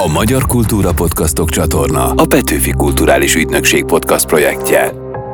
A Magyar Kultúra Podcastok csatorna a Petőfi Kulturális Ügynökség podcast projektje.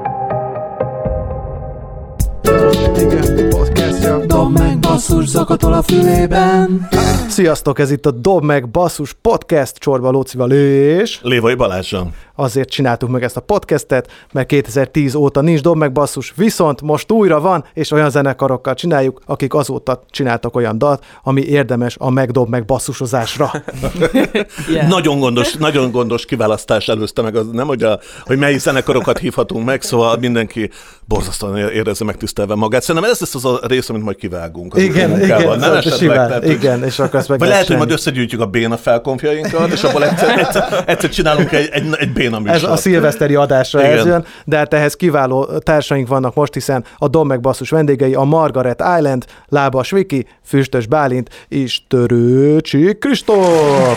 Dob meg basszus, zakatol a fülében. Sziasztok, ez itt a Dob meg basszus podcast Csorba Lócival és Lévai Balázsral. Azért csináltuk meg ezt a podcastet, mert 2010 óta nincs Dob meg basszus, viszont most újra van, és olyan zenekarokkal csináljuk, akik azóta csináltak olyan dalt, ami érdemes a megdob meg basszusozásra. Yeah. Nagyon gondos kiválasztás előzte meg, az nem, hogy mely zenekarokat hívhatunk meg, szóval mindenki borzasztóan érezze megtisztelve magát. Szerintem ez lesz az a rész, amit majd kivágunk. Igen, igen, és akkor ezt meg vagy lehet, hogy majd összegyűjtjük a béna felkonfjainkat, és abból egyszer csinálunk egy béna műsort. Ez a szilveszteri adásra ez jön, de hát ehhez kiváló társaink vannak most, hiszen a Dob meg basszus vendégei a Margaret Island, Lábas Viki, Füstös Bálint és Törőcsik Kristóf.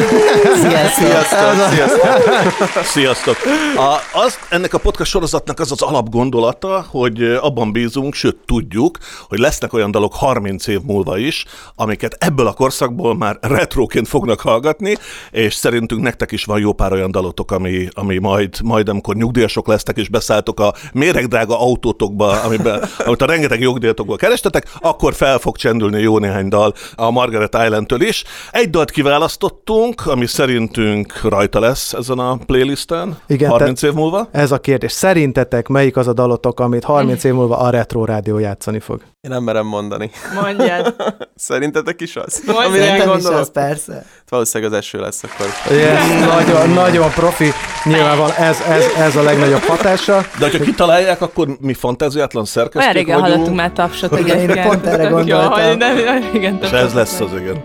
Sziasztok! Ennek a podcast sorozatnak az alapgondolata, hogy abban bízunk, sőt tudjuk, hogy lesznek olyan dalok 30 év múlva is, amiket ebből a korszakból már retroként fognak hallgatni, és szerintünk nektek is van jó pár olyan dalotok, ami majd amikor nyugdíjasok lesztek, és beszálltok a méregdrága autótokba, amit a rengeteg jogdíjatokból kerestetek, akkor fel fog csendülni jó néhány dal a Margaret Island-től is. Egy dalt kiválasztottunk, ami szerintünk rajta lesz ezen a playlisten. Igen, 30 év múlva. Ez a kérdés. Szerintetek melyik az a dalotok, amit 30 év múlva a Retro Rádió játszani fog? Én nem merem mondani. Mondjad. Szerintetek is az? Szerintetek is az, persze. Valószínűleg az eső lesz akkor. Yes, nagyon profi. Nyilván van ez a legnagyobb hatása. De hogyha kitalálják, akkor mi fantáziátlan szerkesztők vagyunk. Olyan régen hallottunk már tapsot. Igen, pont erre gondoltam. És ez lesz az, igen.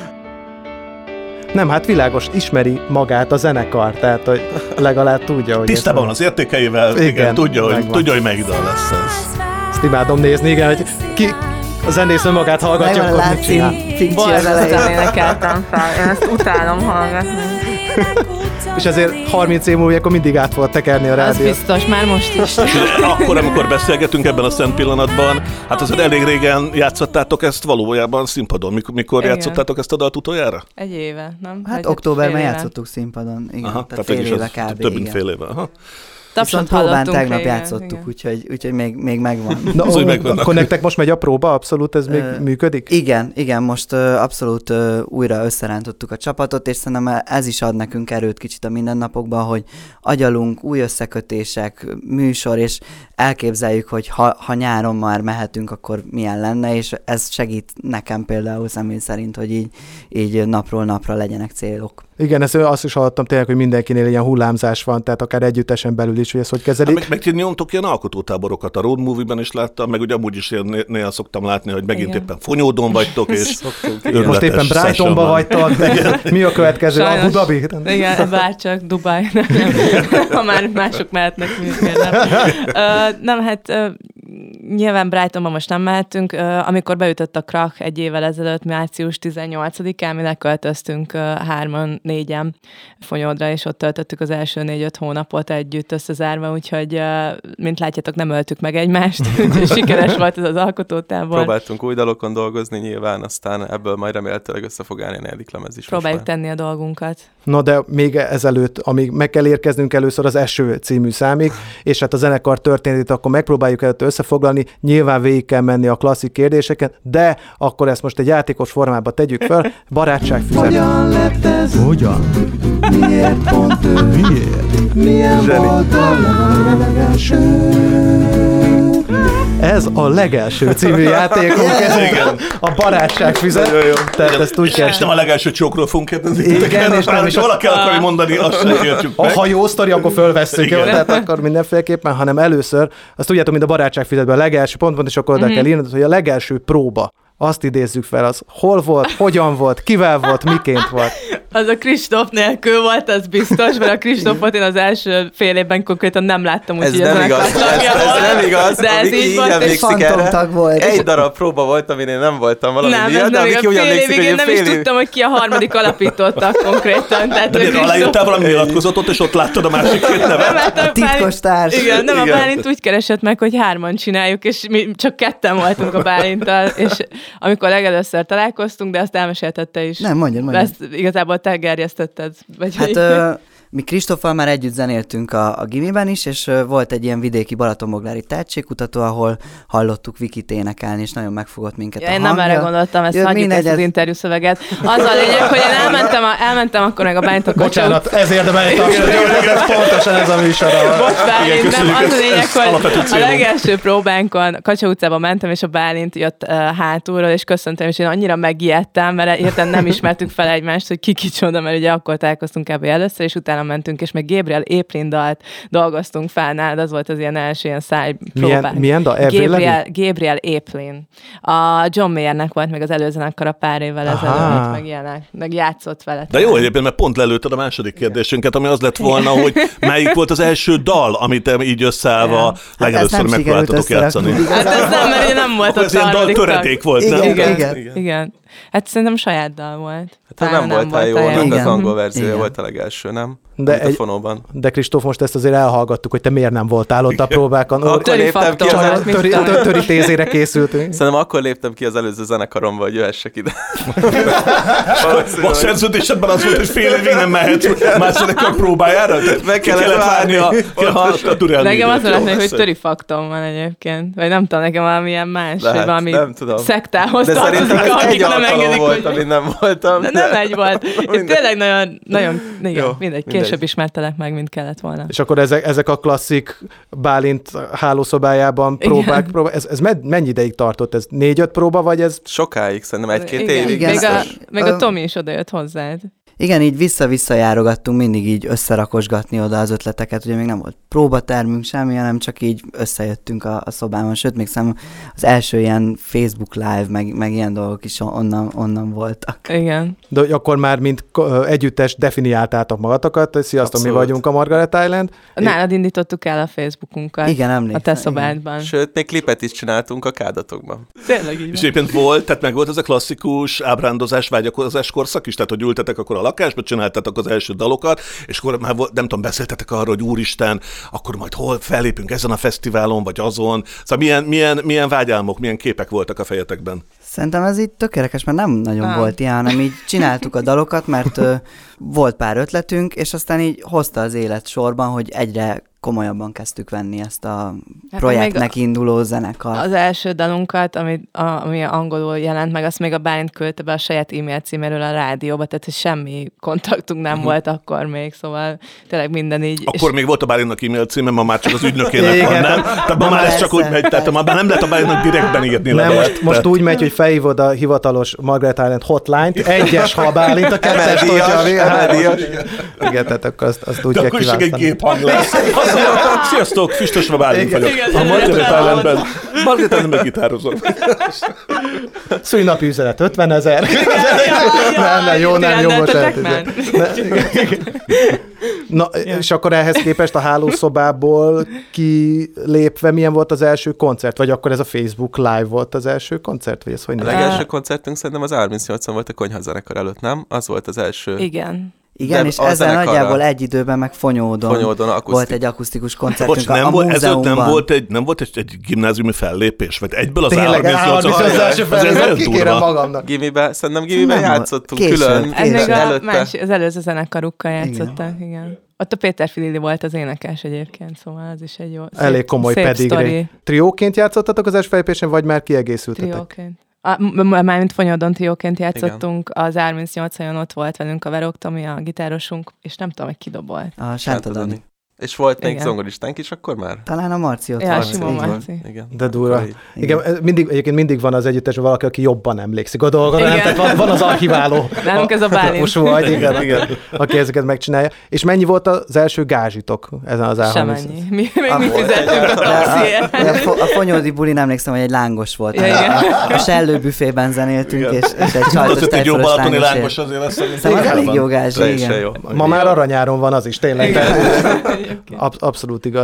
Nem, hát világos, ismeri magát a zenekar, tehát hogy legalább tudja, hogy... Tisztában van az értékeivel, igen, tudja, hogy melyik dal lesz ez. Ezt imádom nézni, igen, hogy ki a zenész önmagát hallgatja, akkor mit csinál. Borzasztóan énekeltem fel, én ezt utálom hallgatni. És ezért 30 év múlva akkor mindig át fogod tekerni a rádiót. Az biztos, már most is. Akkor, amikor beszélgetünk ebben a szent pillanatban, hát azért elég régen játszottátok ezt valójában színpadon. Mikor játszottátok ezt a dalt utoljára? Egy éve, nem? Hát októberben játszottuk színpadon, igen. Aha, tehát fél éve kb. Több mint fél éve. Aha. Viszont próbán tegnap játszottuk, úgyhogy még megvan. Akkor nektek most megy a próba, abszolút ez még működik? Igen, most abszolút újra összerántottuk a csapatot, és szerintem ez is ad nekünk erőt kicsit a mindennapokban, hogy agyalunk, új összekötések, műsor, és elképzeljük, hogy ha nyáron már mehetünk, akkor milyen lenne, és ez segít nekem például személy szerint, hogy így napról napra legyenek célok. Igen, azt is hallottam tényleg, hogy mindenkinél ilyen hullámzás van, tehát akár együttesen belül is, hogy ezt hogy kezelik. Meg ti nyomtok ilyen alkotótáborokat, a Road Movie-ben is láttam, meg ugye amúgy is néha szoktam látni, hogy megint éppen Fonyódon vagytok, és most éppen Brightonban vagytok, mi a következő? Abu Dhabi? Igen, bárcsak Dubaj, ha már mások mehetnek, nem, hát nyilván Brightonban most nem mehetünk. Amikor beütött a krach egy évvel ezelőtt, március 18-án, mi leköltöztünk 3-4-en Fonyódra, és ott töltöttük az első 4-5 hónapot együtt összezárva, úgyhogy mint látjátok, nem öltük meg egymást, úgyhogy sikeres volt ez az alkotótábor. Próbáltunk új dalokon dolgozni nyilván, aztán ebből majd remélhetőleg össze fog állni a 4. lemez is. Próbáljuk tenni a dolgunkat. No, de még ezelőtt, amíg meg kell érkeznünk először az Eső című számig, és hát a zenekar történetét akkor megpróbáljuk előtt összefoglalni, nyilván végig kell menni a klasszik kérdéseket, de akkor ezt most egy játékos formába tegyük fel. Barátságfüzet. Hogyan lett ez? Hogyan? Miért pont ő? Miért? Milyen volt a legelső? Ez a legelső című játékunk, a barátságfüzet. Tehát ezt úgy kell. És nem a legelső csókról fogunk kérdezni. Igen, és nem is valaki akarja mondani, azt sem értjük meg. Ha jó sztori, akkor fölvesszük, tehát akkor mindenféleképpen, hanem először, azt tudjátok, mint a barátságfüzetben a legelső pont, és akkor oda kell írni, hogy a legelső próba. Azt idézzük fel, az hol volt, hogyan volt, kivel volt, miként volt. Az a Kristóf nélkül volt, az biztos, mert a Kristófot én az első fél évben konkrétan nem láttam. Ez nem igaz, ez nem igaz. De ez így volt, egy fantomtag volt. Egy darab próba volt, amin én nem voltam valami miatt, de Viki úgy emlékszik, hogy én nem is tudtam, hogy ki a harmadik alapítottak konkrétan. De miért aláírtál valami nyilatkozatot, és ott láttad a másik két nevet? A titkos társ. Igen, nem a Bálint úgy keresett meg, hogy 3-an csináljuk, és mi csak 2-en voltunk a Bálinttal, és amikor legelőször találkoztunk, de azt elmeséltette is. Nem, mondjad. Ezt igazából te gerjesztetted? Vagy Hát mi Kristóffal már együtt zenéltünk a gimiben is, és volt egy ilyen vidéki balatonboglári tehetségkutató, ahol hallottuk Vikit énekelni, és nagyon megfogott minket a én hangja. nem erre gondoltam, ezt hagyjuk ezt az interjú szöveget. Az a lényeg, hogy én elmentem akkor meg a Bálint a Bocsánat, ez érdemelte a pontosan ez a műsor. Nem, az a lényeg, hogy a legelső próbánkon Kacsa utcába mentem, és a Bálint jött hátulról, és köszöntem, és én annyira megijedtem, mert értem nem ismertük fel egymást, hogy ki kicsoda, mert ugye akkor találkoztunk kb. Először, és utána mentünk, és meg Gabriel April dalt dolgoztunk fel nálad, az volt az ilyen első ilyen szájpróbák. Milyen dal? Gabriel April. A John Mayernek volt még az előzenekara pár évvel ezelőtt, meg ilyenek, meg játszott vele. De jó egyébként, mert pont lelőtted a második kérdésünket, ami az lett volna, hogy melyik volt az első dal, amit így összeállva legelőször megpróbáltatok játszani. Hát ez nem, mert nem volt az ilyen dal töredék volt, nem? Igen. Hát szerintem saját dal volt. Hát nem voltál jó, az angol verziója volt a legelső, nem? De Kristóf, most ezt azért elhallgattuk, hogy te miért nem voltál ott a próbákon. Töri tézére készültünk. Szerintem akkor léptem ki az előző zenekaromba, hogy jöhessek ide. A szerződésedben az volt, hogy fél évig nem mehetsz más zenekar próbájára? Meg kellett várni a türelmét. Nekem azt mondani, hogy töri faktom van egyébként. Vagy nem tudom, nekem valamilyen más, vagy valami szektához tartozik, akik nem engedik, volt, amin nem voltam. De nem egy volt. Én tényleg nagyon mindegy, később ismertelek meg, mint kellett volna. És akkor ezek a klasszik Bálint hálószobájában próbák. Ez mennyi ideig tartott? Ez 4-5 próba, vagy ez? Sokáig, szerintem 1-2 évig. Még a Tomi is odajött hozzád. Igen, így vissza-vissza járogattunk mindig így összerakosgatni oda az ötleteket, ugye még nem volt próbatermünk semmi, hanem csak így összejöttünk a szobában, sőt, még szerintem az első ilyen Facebook live, meg ilyen dolgok is onnan voltak. Igen. De akkor már mint együttes definiáltátok magatokat, sziasztok, mi vagyunk a Margaret Island. Nálad indítottuk el a Facebookunkat. Igen, emlékszem. A te szobádban. Sőt, még klipet is csináltunk a kádatokban. Tényleg így. És egyébként volt, tehát meg volt ez a klasszikus ábrándozás, vágyakozás korszak is, tehát hogy ültetek akkor a lakásba, csináltatok az első dalokat, és akkor már nem tudom, beszéltetek arról, hogy úristen, akkor majd hol fellépünk ezen a fesztiválon, vagy azon. Szóval milyen vágyálmok, milyen képek voltak a fejetekben? Szerintem ez így tökéletes, mert nem nagyon volt ilyen, hanem így csináltuk a dalokat, mert volt pár ötletünk, és aztán így hozta az élet sorban, hogy egyre komolyabban kezdtük venni ezt a projektnek induló zenekar. Az első dalunkat, ami angolul jelent meg, azt még a Bálint küldte be a saját e-mail címéről a rádióba, tehát semmi kontaktunk nem volt akkor még, szóval tényleg minden így. Akkor még volt a Bálintnak e-mail címe, ma már csak az ügynökének van, nem? Tehát ma már ez csak úgy megy, tehát ma már nem lehet a Bálintnak direktben írni levelet. Most úgy megy, hogy felhívod a hivatalos Margaret Island hotline-t, 1-es, ha a Bálint, a 2-es, hogyha a VHD-as. Igen, tehát akkor azt úgy kell kiválasztani. De akkor is egy géphang lesz. Sziasztok, Füstosva Bálint vagyok. A Margaret Islandben gitározom. Szülinapi üzenet, 50 000. Nem, jó, bocsánat. Na, és akkor ehhez képest a hálószobából kilépve milyen volt az első koncert? Vagy akkor ez a Facebook Live volt az első koncert? Vagy ez hogy a legelső koncertünk szerintem az 38-on volt a Konyhazenekar előtt, nem? Az volt az első. Igen, és ezzel nagyjából egy időben meg Fonyódon volt egy akusztikus koncertünk a múzeumban. Nem volt egy gimnáziumi fellépés? Vagy egyből az Tényleg, az első fellépés, kikérem magamnak. Szerintem gimiben játszottunk külön. Ez még az előző zenekarukkal játszottak, igen. Ott a Péter Filili volt az énekes egyébként, szóval az is egy jó, elég komoly pedigrí. Trióként játszottatok az első fellépésen, vagy már kiegészültetek? Trióként. Mármint Fonyódon trióként játszottunk, az 38-on ott volt velünk a Verok Tomi, a gitárosunk, és nem tudom, hogy ki dobolt. A Sánta Dani. És volt még zongoristánk is akkor már? Talán a Marci ott volt. Simon Marci. Igen. De durva. Igen, egyébként mindig van az együttesben valaki, aki jobban emlékszik a dolgokra, nem? Tehát van az archiváló. Nálunk ez a Bálint. Igen, aki ezeket megcsinálja. És mennyi volt az első gázsitok ezen az államon? Semennyi. Még mi fizettünk a taxiért. A Fonyódi bulin emlékszem, hogy egy lángos volt. A Sellő büfében zenéltünk, és egy sajtos tejfölös lángos. Szóval elég jó gázsi, igen. Ma már aranyáron van az is, tényleg. Abszolút igaz.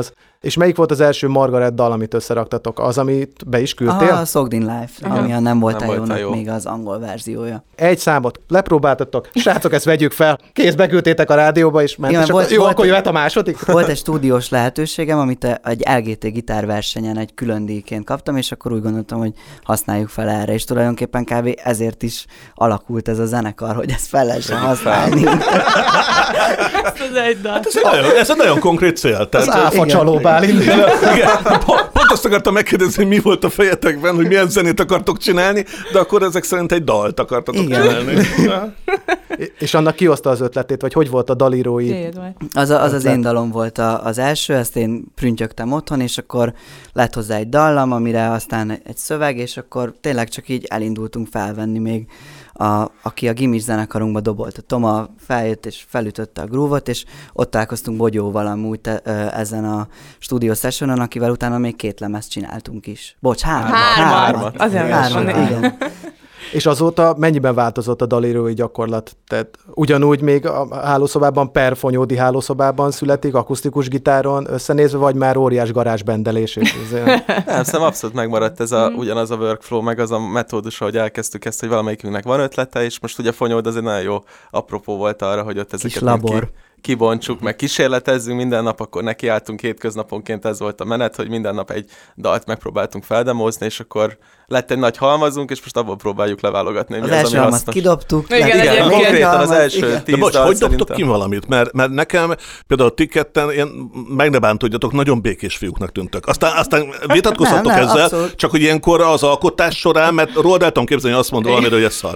És melyik volt az első Margaret dal, amit összeraktatok? Az, amit be is küldtél? A Sogged in Life, ami a Nem voltál Nem voltál jónak jó. még az angol verziója. Egy számot lepróbáltatok, srácok, ezt vegyük fel, kész, beküldtétek a rádióba, és ment, Igen, és akkor, volt- jó, volt- akkor jöhet a második? Volt egy stúdiós lehetőségem, amit egy LGT gitárversenyen egy külön díjként kaptam, és akkor úgy gondoltam, hogy használjuk fel erre, és tulajdonképpen kb. Ezért is alakult ez a zenekar, hogy ezt fel lehessen használni. Ez egy dal. Ez egy nagyon konkrét cél. Az Tehát, áfa igen, csaló igen. Bálint. igen, pont azt akartam megkérdezni, hogy mi volt a fejetekben, hogy milyen zenét akartok csinálni, de akkor ezek szerint egy dalt akartatok Igen. csinálni. És annak kihozta az ötletét, vagy hogy volt a dalírói? Tiéd vagy. Az én dalom volt az első, ezt én prüntjögtem otthon, és akkor lett hozzá egy dallam, amire aztán egy szöveg, és akkor tényleg csak így elindultunk felvenni még, aki a gimis zenekarunkba dobolt. A Toma feljött és felütötte a groove-ot, és ott találkoztunk Bogyóval amúgy ezen a studio sessionon, akivel utána még 2 lemezt csináltunk is. Bocs, 3. Hármat. Azért Hármat, mondom. igen. És azóta mennyiben változott a dalírói gyakorlat? Tehát ugyanúgy még a hálószobában, per Fonyódi hálószobában születik, akusztikus gitáron összenézve, vagy már óriás garázsbendelés? Nem, szerintem abszolút megmaradt ez ugyanaz a workflow, meg az a metódus, ahogy elkezdtük ezt, hogy valamelyikünknek van ötlete, és most ugye Fonyód az egy nagyon jó apropó volt arra, hogy ott ezeket labor. kibontsuk, meg kísérletezzünk minden nap, akkor nekiálltunk hétköznaponként, ez volt a menet, hogy minden nap egy dalt megpróbáltunk feldemózni, és akkor lett egy nagy halmazunk, és most abból próbáljuk leválogatni, Az mi az, első ami halmazt hasznos. kidobtuk. Igen, lett igen, még egy konkrétan az halmaz, első igen. 10 De bocs, dal hogy dobtok szerintem. ki valamit? Mert nekem például ti ketten, én meg ne bántodjatok, nagyon békés fiúknak tűntök. Aztán vitatkozhatok Nem, ezzel, abszolút. csak hogy ilyenkor az alkotás során, mert róla el tudom képzelni, azt mondom valamiről, hogy ez szar.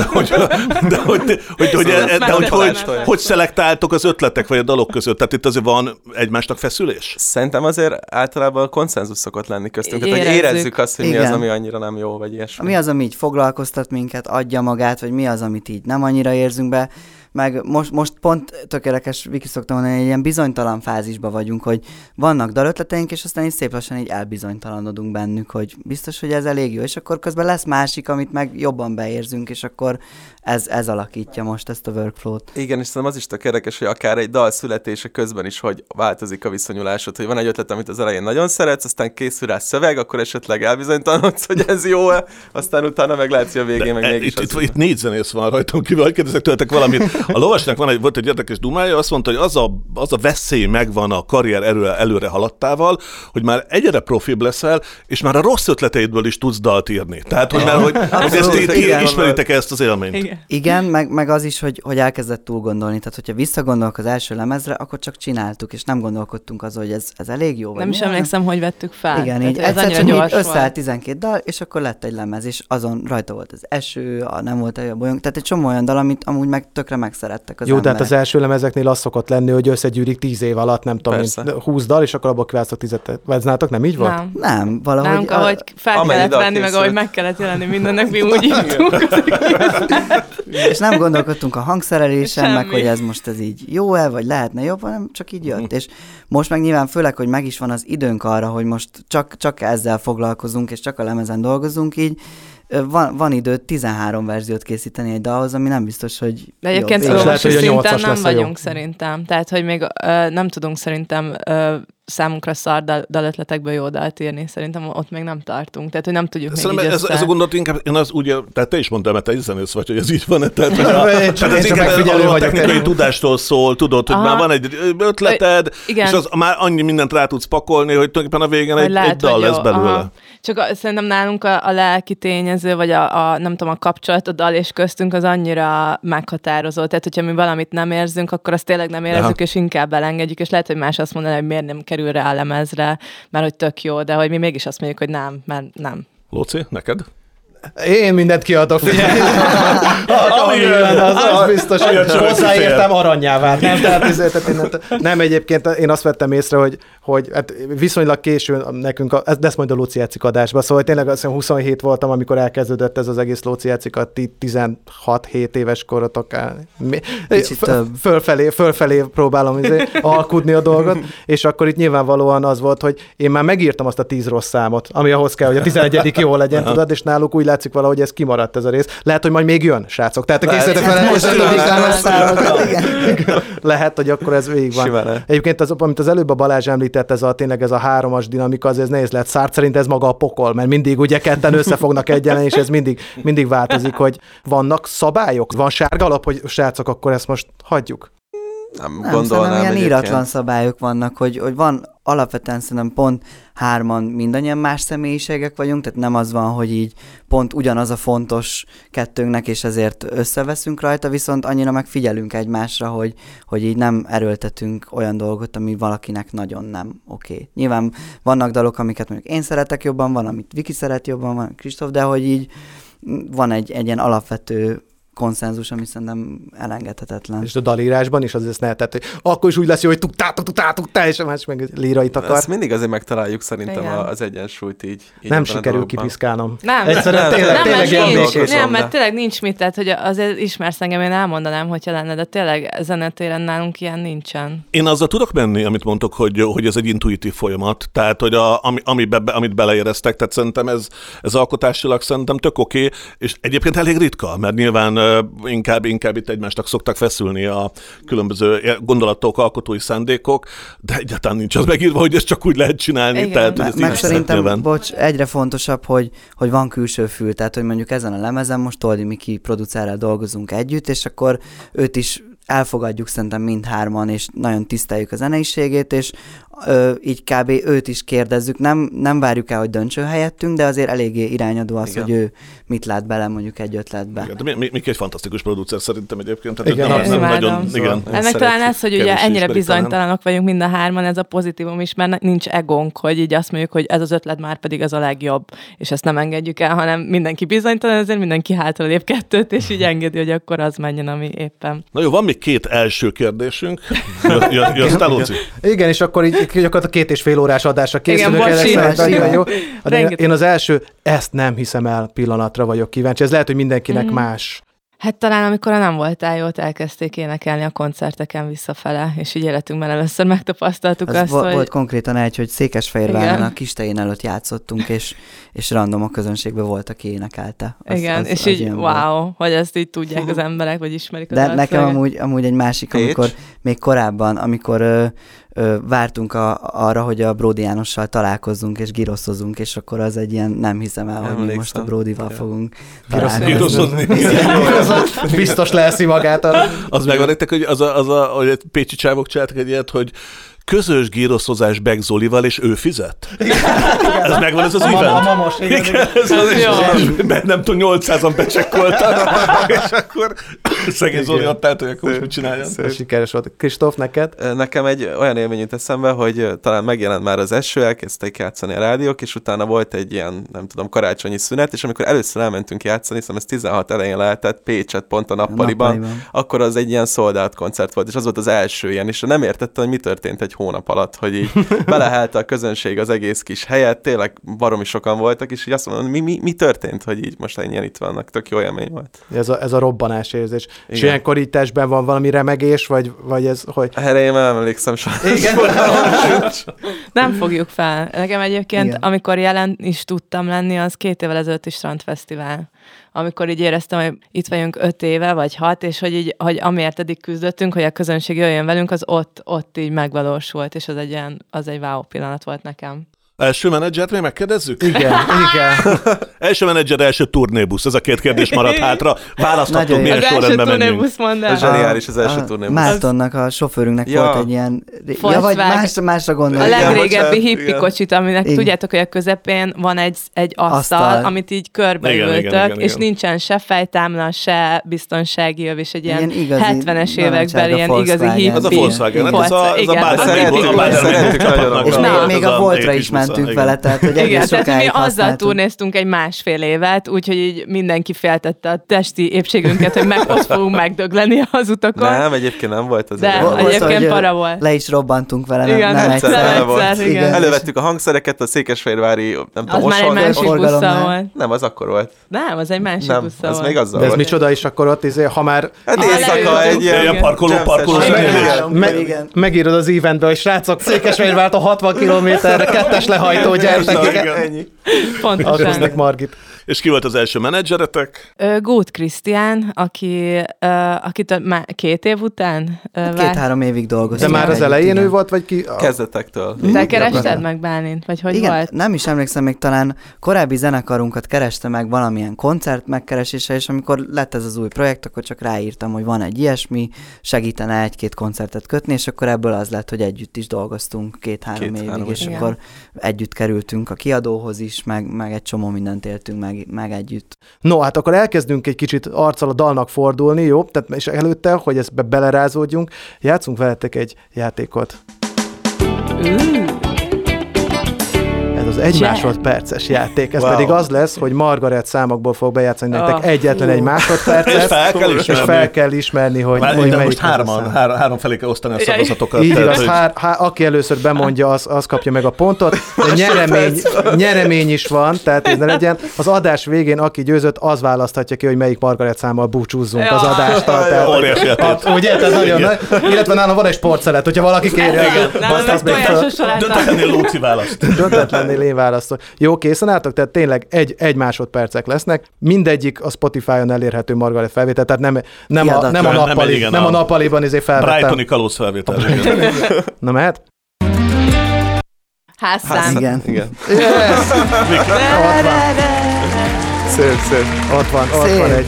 Hogy szelektáltok az ötletek vagy a dalok között? Tehát itt azért van egymásnak feszülés? Szerintem azért általában konszenzus szokott lenni köztünk, tehát hogy Érezzük. érezzük azt, hogy mi Igen. az, ami annyira nem jó, vagy ilyesmi. Mi az, ami így foglalkoztat minket, adja magát, vagy mi az, amit így nem annyira érzünk be. Meg most pont tökéletes, Viki szoktam mondani, egy ilyen bizonytalan fázisban vagyunk, hogy vannak dalötleteink, és aztán így szép lassan így elbizonytalanodunk bennük, hogy biztos, hogy ez elég jó, és akkor közben lesz másik, amit meg jobban beérzünk, és akkor ez alakítja most ezt a workflow-t. Igen, és szerintem az is tök érdekes, hogy akár egy dal születése közben is, hogy változik a viszonyulásod, hogy van egy ötlet, amit az elején nagyon szeretsz, aztán készül rá szöveg, akkor esetleg elbizonytalanodsz, hogy ez jó-e, aztán utána meg látsz, hogy a végén meg mégis Itt 4 zenész van rajtam kívül, hogy kérdezek tőletek valamit. A Lovasnak volt egy érdekes dumája, azt mondta, hogy az a veszély megvan a karrier előre haladtával, hogy már egyre profibb leszel, és már a rossz ötleteidből is tudsz dalt írni. Tehát, hogy ezt igen. ismeritek ezt az élményt. Igen, meg az is, hogy elkezdett túl gondolni. Tehát, hogyha visszagondolok az első lemezre, akkor csak csináltuk, és nem gondolkodtunk azon, hogy ez elég jó. Vagy Nem is mi, emlékszem, hogy vettük fel. Igen, Tehát így ez egyszer annyira csak így gyors összeállt volt. 12 dal, és akkor lett egy lemez, és azon rajta volt az eső, nem volt a bolyong, tehát egy csomó olyan dal, amit amúgy meg tökre megszerettek az Jó, de emberek. hát az első lemezeknél az szokott lenni, hogy összegyűrik 10 év alatt, nem tudom, Persze. 20 dal, és akkor abból kiválasztok 10-et. Vagy nálatok nem így volt? Nem. Nem, valahogy... Nálunk, ahogy fel amennyi kellett dal venni, meg készült. ahogy meg kellett jelenni mindennek, mi úgy írtunk. És nem gondolkodtunk a hangszerelésen, meg Semmi. hogy ez most ez így jó-e, vagy lehetne jobb, hanem csak így jött. És most meg nyilván főleg, hogy meg is van az időnk arra, hogy most csak ezzel foglalkozunk, és csak a lemezen dolgozunk, így van idő 13 verziót készíteni egy dalhoz, ami nem biztos, hogy De egyébként jobb. És lehet, szóval hogy a szinten 8-as nem lesz a jó. vagyunk szerintem. Tehát, hogy még nem tudunk szerintem számunkra szar dalötletekből jó dalt írni. Szerintem ott még nem tartunk. Tehát, hogy nem tudjuk még Szerintem így ez a gondolat inkább, én az úgy, tehát te is mondtál, mert te is zenész vagy, hogy ez így van. Tehát, Én csak ez inkább megfigyelő a vagyok. technikai tudástól szól, tudod, hogy Aha. már van egy ötleted, Igen. és az már annyi mindent rá tudsz pakolni, hogy tulajdonképpen a végén Hogy egy lehet, dal hogy lesz jó. belőle. Aha. Csak szerintem nálunk a lelki tényező, vagy nem tudom, a kapcsolat a dal és köztünk az annyira meghatározó. Tehát, hogyha mi valamit nem érzünk, akkor azt tényleg nem érezzük, és inkább elengedjük, és lehet, hogy más azt mondaná, hogy miért nem kerül rá a lemezre, mert hogy tök jó, de hogy mi mégis azt mondjuk, hogy nem, mert nem. Lóci, neked? Én mindent kiadok, figyelj. Ami jön, az biztos, hogy hozzáértem aranyjá vált. Nem, nem, egyébként én azt vettem észre, hogy hát viszonylag későn nekünk, de ezt majd a Lóci játszik adásba, szóval tényleg azt hiszem 27 voltam, amikor elkezdődött ez az egész Lóci játszik, 16-7 éves korotok. Kicsit több. Fölfelé próbálom alkudni a dolgot, és akkor itt nyilvánvalóan az volt, hogy én már megírtam azt a 10 rossz számot, ami ahhoz kell, hogy a 11. jó legyen, tudod, és náluk úgy látszik valahogy ez kimaradt ez a rész. Lehet, hogy majd még jön, srácok. Tehát készítetek lehet, hogy akkor ez végig van. Simán. Egyébként amit az előbb a Balázs említett, ez a 3-as dinamika, ez nehéz lehet. Sartre szerint ez maga a pokol, mert mindig ugye ketten összefognak egyenlen, és ez mindig változik, hogy vannak szabályok, van sárga alap, hogy srácok, akkor ezt most hagyjuk. Nem gondolnám, ilyen íratlan szabályok vannak, hogy van alapvetően szerintem pont 3-an mindannyian más személyiségek vagyunk, tehát nem az van, hogy így pont ugyanaz a fontos kettőnknek, és ezért összeveszünk rajta, viszont annyira megfigyelünk egymásra, hogy így nem erőltetünk olyan dolgot, ami valakinek nagyon nem oké. Nyilván vannak dalok, amiket mondjuk én szeretek jobban, van, amit Viki szeret jobban, van Kristóf, de hogy így van egy ilyen alapvető konszenzus, ami szerintem elengedhetetlen. És a dalírásban is azért ne, tehát akkor is úgy lesz jó, hogy tudtál, és a más meg lírait akar. Ezt mindig azért megtaláljuk szerintem az egyensúlyt így nem sikerül kipiszkálnom. Nem. Egyszerűen nem, mert tényleg nincs mit, tehát hogy azért ismersz engem, én elmondanám, hogyha lenne, de tényleg zenetéren nálunk ilyen nincsen. Én azzal tudok menni, amit mondtok, hogy ez egy intuitív folyamat, tehát hogy amit beleéreztek, tehát szerintem ez alkotásilag szerintem tök oké, és egyébként elég ritka, mert nyilván inkább itt egymásnak szoktak feszülni a különböző gondolatok, alkotói szándékok, de egyáltalán nincs az megírva, hogy ezt csak úgy lehet csinálni. Igen. Tehát, meg szerintem, egyre fontosabb, hogy van külső fül, tehát hogy mondjuk ezen a lemezen most Toldi Miki producerrel dolgozunk együtt, és akkor őt is elfogadjuk szerintem mindhárman, és nagyon tiszteljük a zeneiségét, és így kb. Őt is kérdezzük, nem várjuk el, hogy döntsön helyettünk, de azért eléggé irányadó az, igen, hogy ő mit lát bele mondjuk egy ötletbe. Igen, de Miki egy fantasztikus producer szerintem egyébként. Igen, nem nagyon, igen. Ennek talán ez, hogy ugye ennyire bizonytalanok vagyunk mind a hárman, ez a pozitívum is, mert nincs egónk, hogy így azt mondjuk, hogy ez az ötlet már pedig az a legjobb, és ezt nem engedjük el, hanem mindenki bizonytalan, ezért mindenki hátra lép kettőt, és így engedi, hogy akkor az menjen, ami éppen. Na jó, van még 2 első kérdésünk. Jössz te, Lóci? Igen, és akkor így gyakorlatilag 2,5 órás adásra készülünk. Jó. Én az első, ezt nem hiszem el pillanatra vagyok kíváncsi. Ez lehet, hogy mindenkinek más. Hát talán amikor nem voltál jó, elkezdték énekelni a koncerteken visszafele, és így életünkben először megtapasztaltuk azt, hogy... Volt konkrétan hogy Székesfehérváron a Kistején előtt játszottunk, és random a közönségben volt, aki énekelte. Igen, és így wow, hogy ezt így tudják az emberek, vagy ismerik az de nekem amúgy egy másik, amikor még korábban, amikor vártunk arra, hogy a Bródi Jánossal találkozzunk és giroszozunk, és akkor az egy ilyen nem hiszem el, hogy mi most a Bródival fogunk giroszozni. Biztos leeszi magát. Az megvan nektek, hogy hogy pécsi csávok csináltak egy ilyet, hogy közös gíroszozás Beck Zolival, és ő fizet? Ez megvan, ez az event? Mamos, igen. Nem tudom, 800-an becsekkoltak, és akkor szegény Zoli ott állt, hogy akkor mit csináljon. Sikeres volt. Kristóf, neked? Nekem egy olyan élmény jut eszembe, hogy talán megjelent már az eső, elkezdték játszani a rádiók, és utána volt egy ilyen, nem tudom, karácsonyi szünet, és amikor először elmentünk játszani, hiszem ez 16 elején lehetett Pécset, pont a nappaliban, akkor az egy ilyen sold out koncert volt, és az volt az első ilyen, és nem értettem, hogy mi történt egy hónap alatt, hogy így belehelte a közönség az egész kis helyet, tényleg baromi sokan voltak, és így azt mondom, mi történt, hogy így most ennyien itt vannak, tök jó élmény volt. Ez a robbanás érzés. Igen. És ilyenkor így testben van valami remegés, vagy ez, hogy... Erre én már emlékszem Nem fogjuk fel. Nekem egyébként, igen, amikor jelen is tudtam lenni, az 2 évvel ezelőtt is Strandfesztivál. Amikor így éreztem, hogy itt vagyunk 5 éve, vagy 6, és hogy amiért eddig küzdöttünk, hogy a közönség jöjjön velünk, az ott így megvalósult, és az egy wow pillanat volt nekem. Első menedzsert még megkérdezzük? Igen. Első menedzser, első turnébusz. Ez a 2 kérdés maradt hátra. Választhatunk, milyen sorrendben menjünk. Ez zseniális, az első turnébusz. Mártonnak, a sofőrünknek volt egy ilyen... vagy másra gondolom. A legrégebbi hippi kocsit, aminek tudjátok, hogy a közepén van egy asztal, amit így körbeültök, és nincsen se fejtámla, se biztonsági öv, és egy ilyen 70-es években ilyen igazi hippi. Az a Volkswagen, ez a bármelyik. Még a Voltra is mentünk vele, tehát hogy egész sokáig mi azzal turnéztunk egy 1,5 évet, úgyhogy így mindenki féltette a testi épségünket, hogy ott fogunk megdögleni az utakon. Nem, egyébként nem volt az. De egyébként para volt. Le is robbantunk vele, igen, nem egyszer. Igen. Elővettük a hangszereket, a székesfehérvári, nem tudom, az már egy másik busza volt. Nem, az akkor volt. Nem, az egy másik busza volt. Ez még azzal volt. De ez micsoda is akkor ott, ha már... Hát éjszaka egy ilyen parkoló. Megírod az eventbe, hogy srácok, Székesfehérvárt a 60 kilométerre 2-es lehajtó gyertek. Pontosan. Margit. És ki volt az első menedzseretek? Góth Krisztián, akit már 2 év után 2-3 évig dolgoztunk. De már az elején ő volt, vagy ki? Kezdetektől. Te kerested meg Bálint? Vagy hogy Igen, volt? nem is emlékszem, még talán korábbi zenekarunkat kereste meg valamilyen koncert megkeresése, és amikor lett ez az új projekt, akkor csak ráírtam, hogy van egy ilyesmi, segítene 1-2 koncertet kötni, és akkor ebből az lett, hogy együtt is dolgoztunk 2-3 évig, és igen. akkor együtt kerültünk a kiadóhoz is, meg egy csomó mindent éltünk meg együtt. No, hát akkor elkezdünk egy kicsit arccal a dalnak fordulni, jó? Tehát, és előtte, hogy ezt belerázódjunk, játszunk veletek egy játékot. Ez az 1 másodperces játék. Ez pedig az lesz, hogy Margaret számokból fog bejátszani nektek egyetlen 1 másodpercet, és fel kell ismerni, hogy de most melyik 3 felé kell osztani a szavazatokat. így tehát, igaz, hogy- aki először bemondja, az kapja meg a pontot. De nyeremény is van, tehát ez ne legyen. Az adás végén, aki győzött, az választhatja ki, hogy melyik Margaret számmal búcsúzzunk az adástól. Tehát, Óriási játék. ugye, ez nagyon nagy. Illetve nálam van egy sportszelet, hogyha valaki kérje. Nálam meg tojásos saláta. Döntetlenül Lóci választ. Döntetlennél én választok. Jó, készen álltok? Tehát tényleg 1 másodpercek lesznek. Mindegyik a Spotify-on elérhető Margaret felvétel, tehát nem a nappaliban felvettem. Brightoni kalóz felvétel. igen. Na mehet? Házszám. Igen. Igen. Yes! Szép. Ott van egy.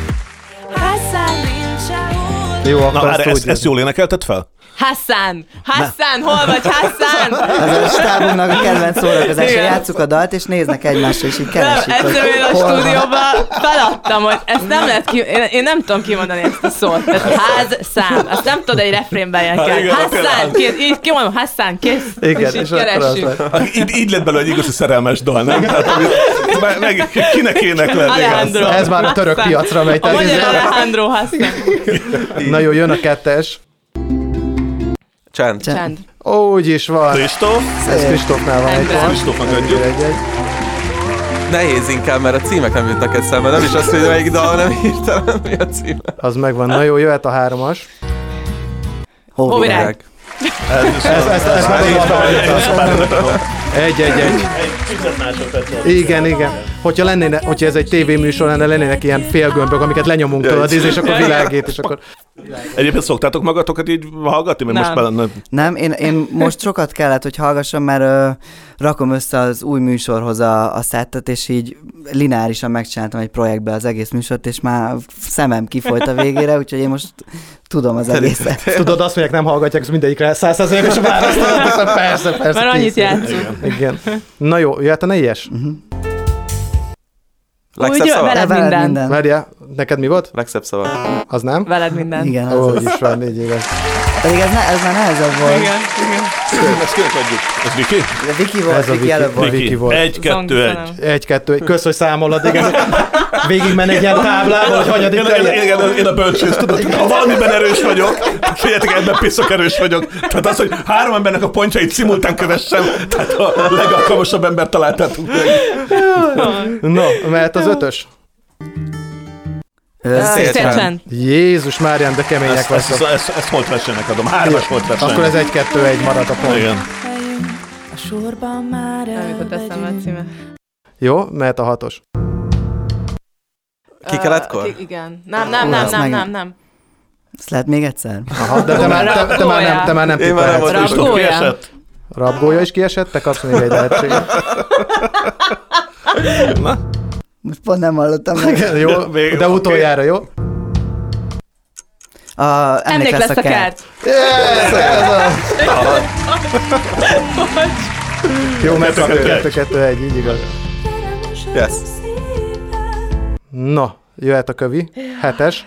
Jó, Na, akkor várj, ezt ezt jól énekelted fel? Hassan, hol vagy Hassan? Ez a stábunknak a kedvenc szórakozása. Igen. Játsszuk a dalt, és néznek egymásra, és így Nem, keresik, egyszer én a hol van. stúdióban feladtam, hogy ezt nem lehet én nem tudom kimondani ezt a szót. Tehát házszám. Azt nem tudod egy refrénben énekelni. igen, Hassan, így kimondom, Hassan, kész. Igen, és így akkor az keressük. lett. Így lett belőle egy igazi szerelmes dal, nem? Tehát, meg kinek énekled? Alejandro. Ez már a török Hassan. piacra megy. A tehát magyar ez- Alejandro Hassan. Na jó, jön a 2-es. Csend. Úgy is van. Kristóf? Ez Kristófnál van egy Ember. pont. Kristófnak adjuk. Egy. Nehéz inkább, mert a címek nem jutnak eszembe. Nem is azt, hogy melyik dal, hanem hirtelen mi a címe. Az megvan. Na jó, jöhet a 3-as. Hóvirág. Ez Egy. Igen. Hogyha ez egy tévéműsor lenne, lennének ilyen félgömbök, amiket lenyomunk tudod, és akkor világít, és akkor... Egyébként szoktátok magatokat így hallgatni? Mert Nem. most bele... Nem, én most sokat kellett, hogy hallgassam, mert rakom össze az új műsorhoz a szettet, és így lineárisan megcsináltam egy projektbe az egész műsort, és már szemem kifolyt a végére, úgyhogy én most tudom az egészet. Tudod, azt mondják, nem hallgatják, ez mindegyikre 100%-os választod, persze. Mert annyit kész. játszunk. Igen. Na jó, jöhet a 4-es? Legszebb Úgy, szava? veled minden. Várjál, neked mi volt? Legszebb szava. Az nem? Veled minden. Igen, Ó, az. úgy is van, 4 éves. Pedig ez már nehezebb volt. Igen. Ezt kinek adjuk? Ez Viki? De Viki volt, Ez a Viki előbb volt. Viki volt. 1, 2, 1. 1, 2, kösz, hogy számolod, igen. Végig men egy ilyen táblával, hogy hanyadik legyen. Én a bölcsész, tudod, ha valamiben erős vagyok, figyeljetek, ebben piszok erős vagyok. Tehát az, hogy 3 embernek a pontjait szimultán kövessem, tehát a legalkalmasabb ember találtátok meg. No, mehet az 5-ös? Szépen. Jézus Márián, de kemények vagytok. Ezt holt versenynek adom. 3-as holt verseny. Akkor ez 1-2-1 marad a pont. Igen. A sorban már Nem jutott eszembe a címe. Jó, mehet a 6-os. Ki kellettkor? Igen. Nem. Ezt lehet még egyszer? Aha, de te már nem Én már nem tippelhetsz. voltam. Kristóf Rabgója. kiesett? Rabgója is kiesett, te kapsz még egy lehetséget. Na? Most pont nem hallottam meg. Jó, Még- de utoljára, jó? Ennek lesz a kert. Yes, ez az. Jó, mert 2-2-1, így igaz. Yes. Na, jöhet a kövi. 7-es.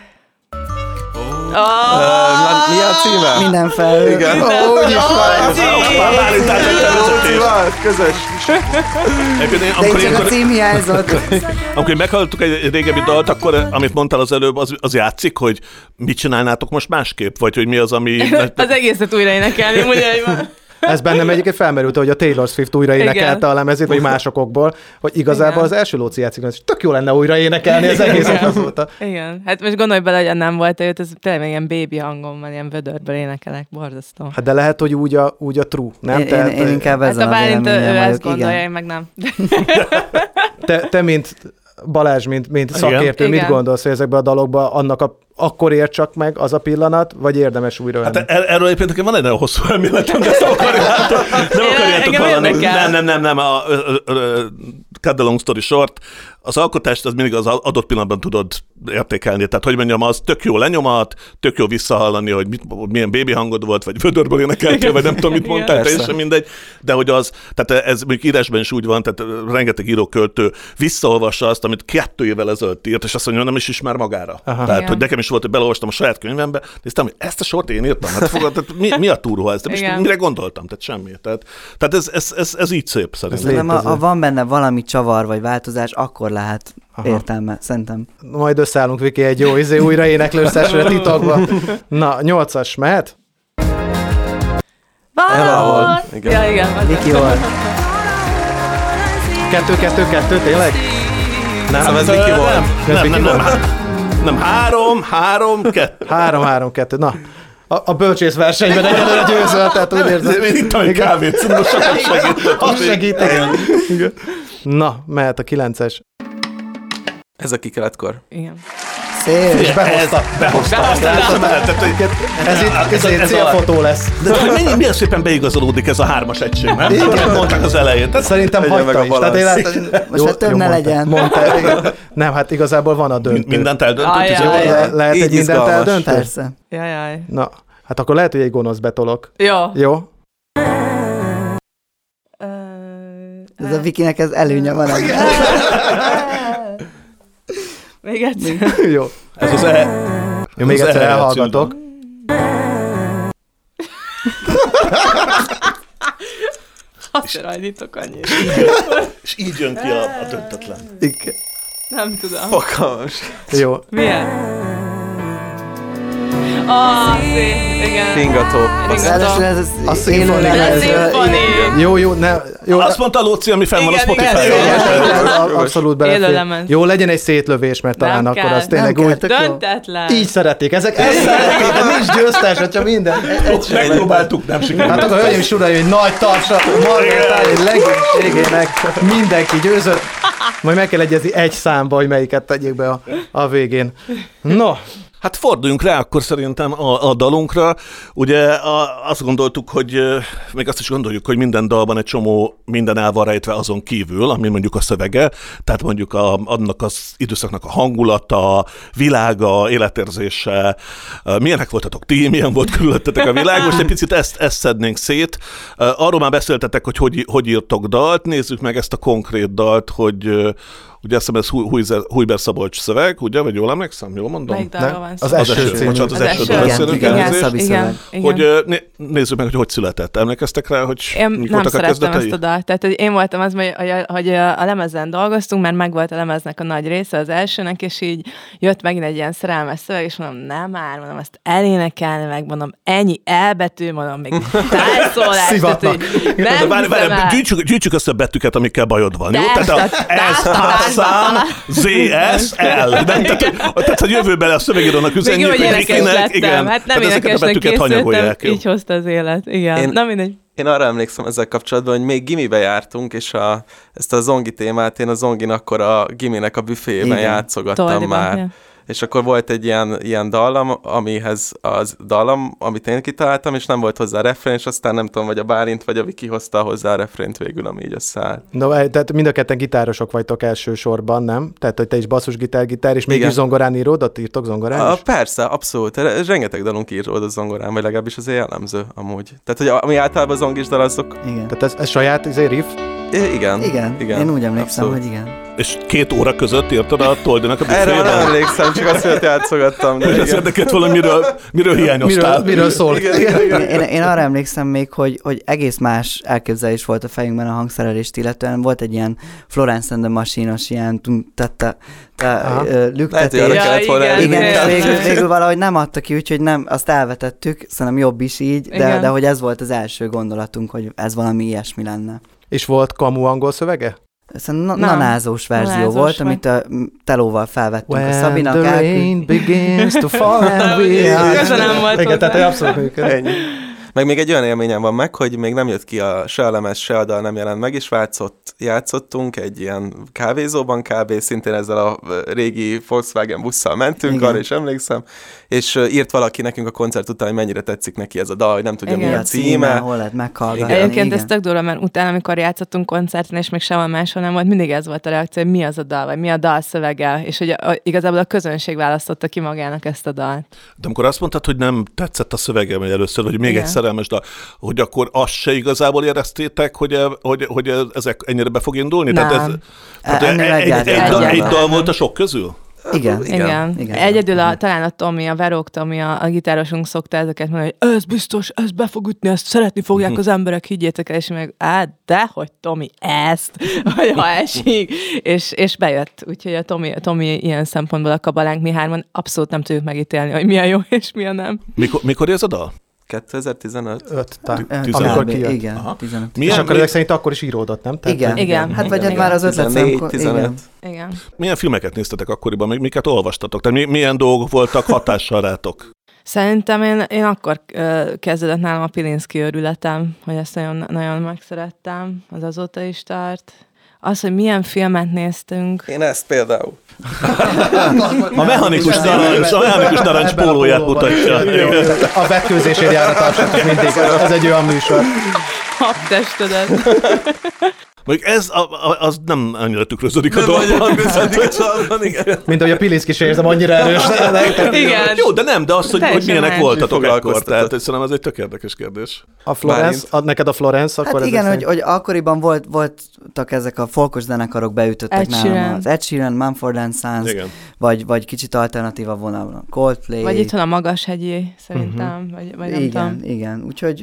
Mi a címe? Minden felül. Igen. Úgy is van. Bálintás egy tervezetés. Közös. Egyébként De amikor itt csak a ilyenkor- cím hiányzott. Amikor meghallottuk egy régebbi dalt, akkor amit mondtál az előbb, az játszik, hogy mit csinálnátok most másképp? Vagy hogy mi az, ami... Az egészet újra énekelni, ugye, hogy van. Ez bennem egyébként felmerült, hogy a Taylor Swift újra énekelte Igen. a lemezét, vagy másokból, hogy igazából Igen. az első Lóci játszik, és tök jó lenne újra énekelni az egészet Igen. azóta. Igen. Hát most gondolj bele, hogy nem volt őt, ez tényleg ilyen baby hangom van, ilyen vödörből énekelek, borzasztó. Hát de lehet, hogy úgy a true, nem? Én inkább Hát ezen a a Bálint ő véleményen ezt vagyok, gondolja, igen. én meg nem. Te mint Balázs, mint szakértő, Igen. mit gondolsz, hogy ezekben a dalokban akkor ér csak meg az a pillanat, vagy érdemes újra venni? Hát erről egyébként van egy nagyon hosszú elméletem, de ezt nem akarjátok hallani. Nem, a cut the long story short, az alkotást az mindig az adott pillanatban tudod értékelni. Tehát, hogy mondjam, az tök jó lenyomat, tök jó visszahallani, hogy milyen bébi hangod volt, vagy vödörből énekeltél, vagy nem tudom, mit mondtál, teljesen mindegy. De hogy az, tehát ez mondjuk írásban is úgy van, tehát rengeteg íróköltő visszaolvassa azt, amit 2 évvel ezelőtt írt, és azt mondja, nem is ismer magára. Aha. Tehát, igen. Hogy nekem is volt, hogy beleolvastam a saját könyvembe, néztem, hogy ezt a sort én írtam. Hát fogad, mi a túró ez? Mire gondoltam? Tehát semmi. Tehát ez így szép szerintem. Ha van benne valami csavar vagy változás, akkor lehet értelme, szerintem. Majd összeállunk, Viki, egy jó újra éneklős sessionre titokban. Na, 8-as mehet? Valahol! Ja, igen. Viki volt. 2-2-2, tényleg? Nem, ez Viki volt. Nem, 3-3-2. 3-3-2, na. A bölcsész versenyben egyelőre győzöl, tehát úgy érzem. Én ittam egy kávét, most sokat segített. Az segít, igen. Na, mehet a 9-es. Ez a kikeletkor. Igen. Szép. És behozta. Ez egy célfotó lesz. De milyen szépen beigazolódik ez a 3-as egység, nem? Igen, mondták az elején. Szerintem hagyta is. Most már több ne legyen. Nem, hát igazából van a döntő. Mindent eldöntött? Lehet egy mindent eldöntő? Persze. Jaj. Na, hát akkor lehet, hogy egy gonosz betolok. Jó. Ez a Vikinek ez előnye van. Még egyszer. Jó. Ez az Jó, még egyszer elhallgatok. Azt rajtítok annyit. És így jön ki a döntetlen. Nem tudom. Fogalmas. Jó. Milyen? Szép. Igen. Ringató. A szimfoni. Jó, ne. Jó. Azt mondta Lóci, ami fenn van a Spotify-on. Abszolút belefér. Jó, legyen egy szétlövés, mert talán akkor az tényleg úgy... Döntetlen. Így szeretik. Ezt szeretik, de nincs győztes, hogyha minden. Megpróbáltuk, nem sikerült. Hát akkor hölgyeim és uraim, egy nagy tapsa Margaret legénységének mindenki győzött. Majd meg kell egyezni egy számba, hogy melyiket tegyék be a végén. No. Hát forduljunk rá akkor szerintem a dalunkra. Ugye azt gondoltuk, hogy még azt is gondoljuk, hogy minden dalban egy csomó minden el van rejtve azon kívül, ami mondjuk a szövege, tehát mondjuk annak az időszaknak a hangulata, világa, életérzése, milyenek voltatok ti, milyen volt körülöttetek a világ. Most egy picit ezt szednénk szét. Arról már beszéltetek, hogy írtok dalt, nézzük meg ezt a konkrét dalt, hogy ugye azt hiszem, ez Hujber Szabolcs szöveg, ugye, vagy jól emlékszem, jól mondom? Melyik dalra van szó? Az első cím. Bocsánat, az elsődről beszélünk. Igen. Hogy nézzük meg, hogy született. Emlékeztek rá, hogy én mik nem voltak a szerettem kezdetei? ezt a dalt. Tehát, hogy én voltam az, hogy a lemezen dolgoztunk, mert megvolt a lemeznek a nagy része az elsőnek, és így jött megint egy ilyen szerelmes szöveg, és mondom, nem már, mondom, azt elénekelni meg, mondom, ennyi elbetű, mondom, még tájszólás. Várj, gyűjtsük össze a betűket, amikkel bajod van, jó? Tehát szám, ZSL. Tehát, hogy jövőben a szövegírónak üzenjük, hogy Vikinek, igen. Hát nem énekesnek készültem, így hozta az élet. Igen, na mindegy. Én arra emlékszem ezzel kapcsolatban, hogy még gimibe jártunk, és ezt a zongi témát én a zongin akkor a giminek a büféjében játszogattam már. Ja. És akkor volt egy ilyen dallam, amit én kitaláltam, és nem volt hozzá refrén, és aztán nem tudom, vagy a Bálint, vagy a Viki hozta hozzá a refrént végül, ami így összeállt. No, tehát mind a ketten gitárosok vagytok elsősorban, nem? Tehát, hogy te is basszusgitár, és mégis zongorán írod, ott írtok zongorán is? Persze, abszolút. Rengeteg dalunk írod a zongorán, vagy legalábbis azért jellemző amúgy. Tehát, hogy ami általában zongis dal, azok... Igen. Tehát ez saját riff? Igen. Én úgy emlékszem, abszolút. Hogy igen. És 2 óra között írtad a Toldinak a büfében? Erre nem emlékszem, csak azt, hogy játszogattam. És azt érdekelt volna, miről hiányoztál? Miről szól? Én arra emlékszem még, hogy egész más elképzelés volt a fejünkben a hangszerelést illetően. Volt egy ilyen Florence and the Machine-os ilyen lüktetés. Igen, végül valahogy nem adta ki, úgyhogy nem, azt elvetettük, szerintem jobb is így, de hogy ez volt az első gondolatunk, hogy ez valami ilyesmi lenne. És volt kamu angol szövege? Szerintem nanázós verzió volt, amit a telóval felvettünk a Szabinak. When the rain begins to fall and we are... Köszönöm volt igen, tehát abszolút működik. Ennyi. Meg még egy olyan élményem van meg, hogy még nem jött ki se a lemez, se a dal nem jelent meg, és játszottunk egy ilyen kávézóban kb. Szintén ezzel a régi Volkswagen busszal mentünk, Igen. arra is emlékszem, és írt valaki nekünk a koncert után, hogy mennyire tetszik neki ez a dal, hogy nem tudja, Igen. mi a címe. Hol lehet meghallgatni. Egyébként ez Igen. tök durva, mert utána, amikor játszottunk koncerten, és még sehol máshol nem volt, mindig ez volt a reakció, hogy mi az a dal, vagy mi a dal szövege, és hogy igazából a közönség választotta ki magának ezt a dalt. De amikor azt mondtad, hogy nem tetszett a szövegem először, hogy még Igen. egy szerelmes dal, hogy akkor azt se igazából éreztétek, hogy ezek ennyire be fog indulni? Nem. Tehát Ennél egy egyáltalán. dal volt a sok közül? Igen. Igen. Egyedül talán a Tomi, a Verók Tomi, a gitárosunk szokta ezeket mondani, hogy ez biztos, ez be fog ütni, ezt szeretni fogják az emberek, higgyétek el, és meg, dehogy Tomi, ezt, vagy ha esik, és bejött. Úgyhogy a Tomi ilyen szempontból a kabalánk, mi hárman abszolút nem tudjuk megítélni, hogy mi a jó és mi a nem. Mikor ez a dal? 2015. 5 Amikor kijött. Igen, Aha. 15. És akkor ezek szerint akkor is íródott, nem? Tehát, Igen. Igen. Hát vagy Igen. hát már az ötlet 14, számkor- 15. igen. Igen. Milyen filmeket néztetek akkoriban, miket olvastatok? Tehát milyen dolgok voltak hatással rátok? Szerintem én akkor kezdődött nálam a Pilinszky őrületem, hogy ezt nagyon, nagyon megszerettem, az azóta is tart. Az, hogy milyen filmet néztünk. Én ezt például. A mechanikus narancs pólóját mutatja. A vetkőzésért járatásatok mindig. Ez egy olyan műsor. Habtestedet. Mondjuk ez az nem annyira tükröződik a dolgban. Mint ahogy a Pilinszky se érzem annyira erős. Igen. Jó, de nem, de az, hogy Teljesen milyenek más. voltatok akkor. Foglalkoztatott. Tehát szerintem ez egy tök érdekes kérdés. A Florence, neked a Florence, akkor Hát igen, ezek hogy akkoriban voltak ezek a folkos zenekarok, beütöttek Ed nálam Sheeran. az Ed Sheeran, Mumford & Sons, Igen. vagy kicsit alternatíva vonalon, Coldplay. Vagy itt van a Magashegyi, szerintem, vagy nem tudom. Igen, úgyhogy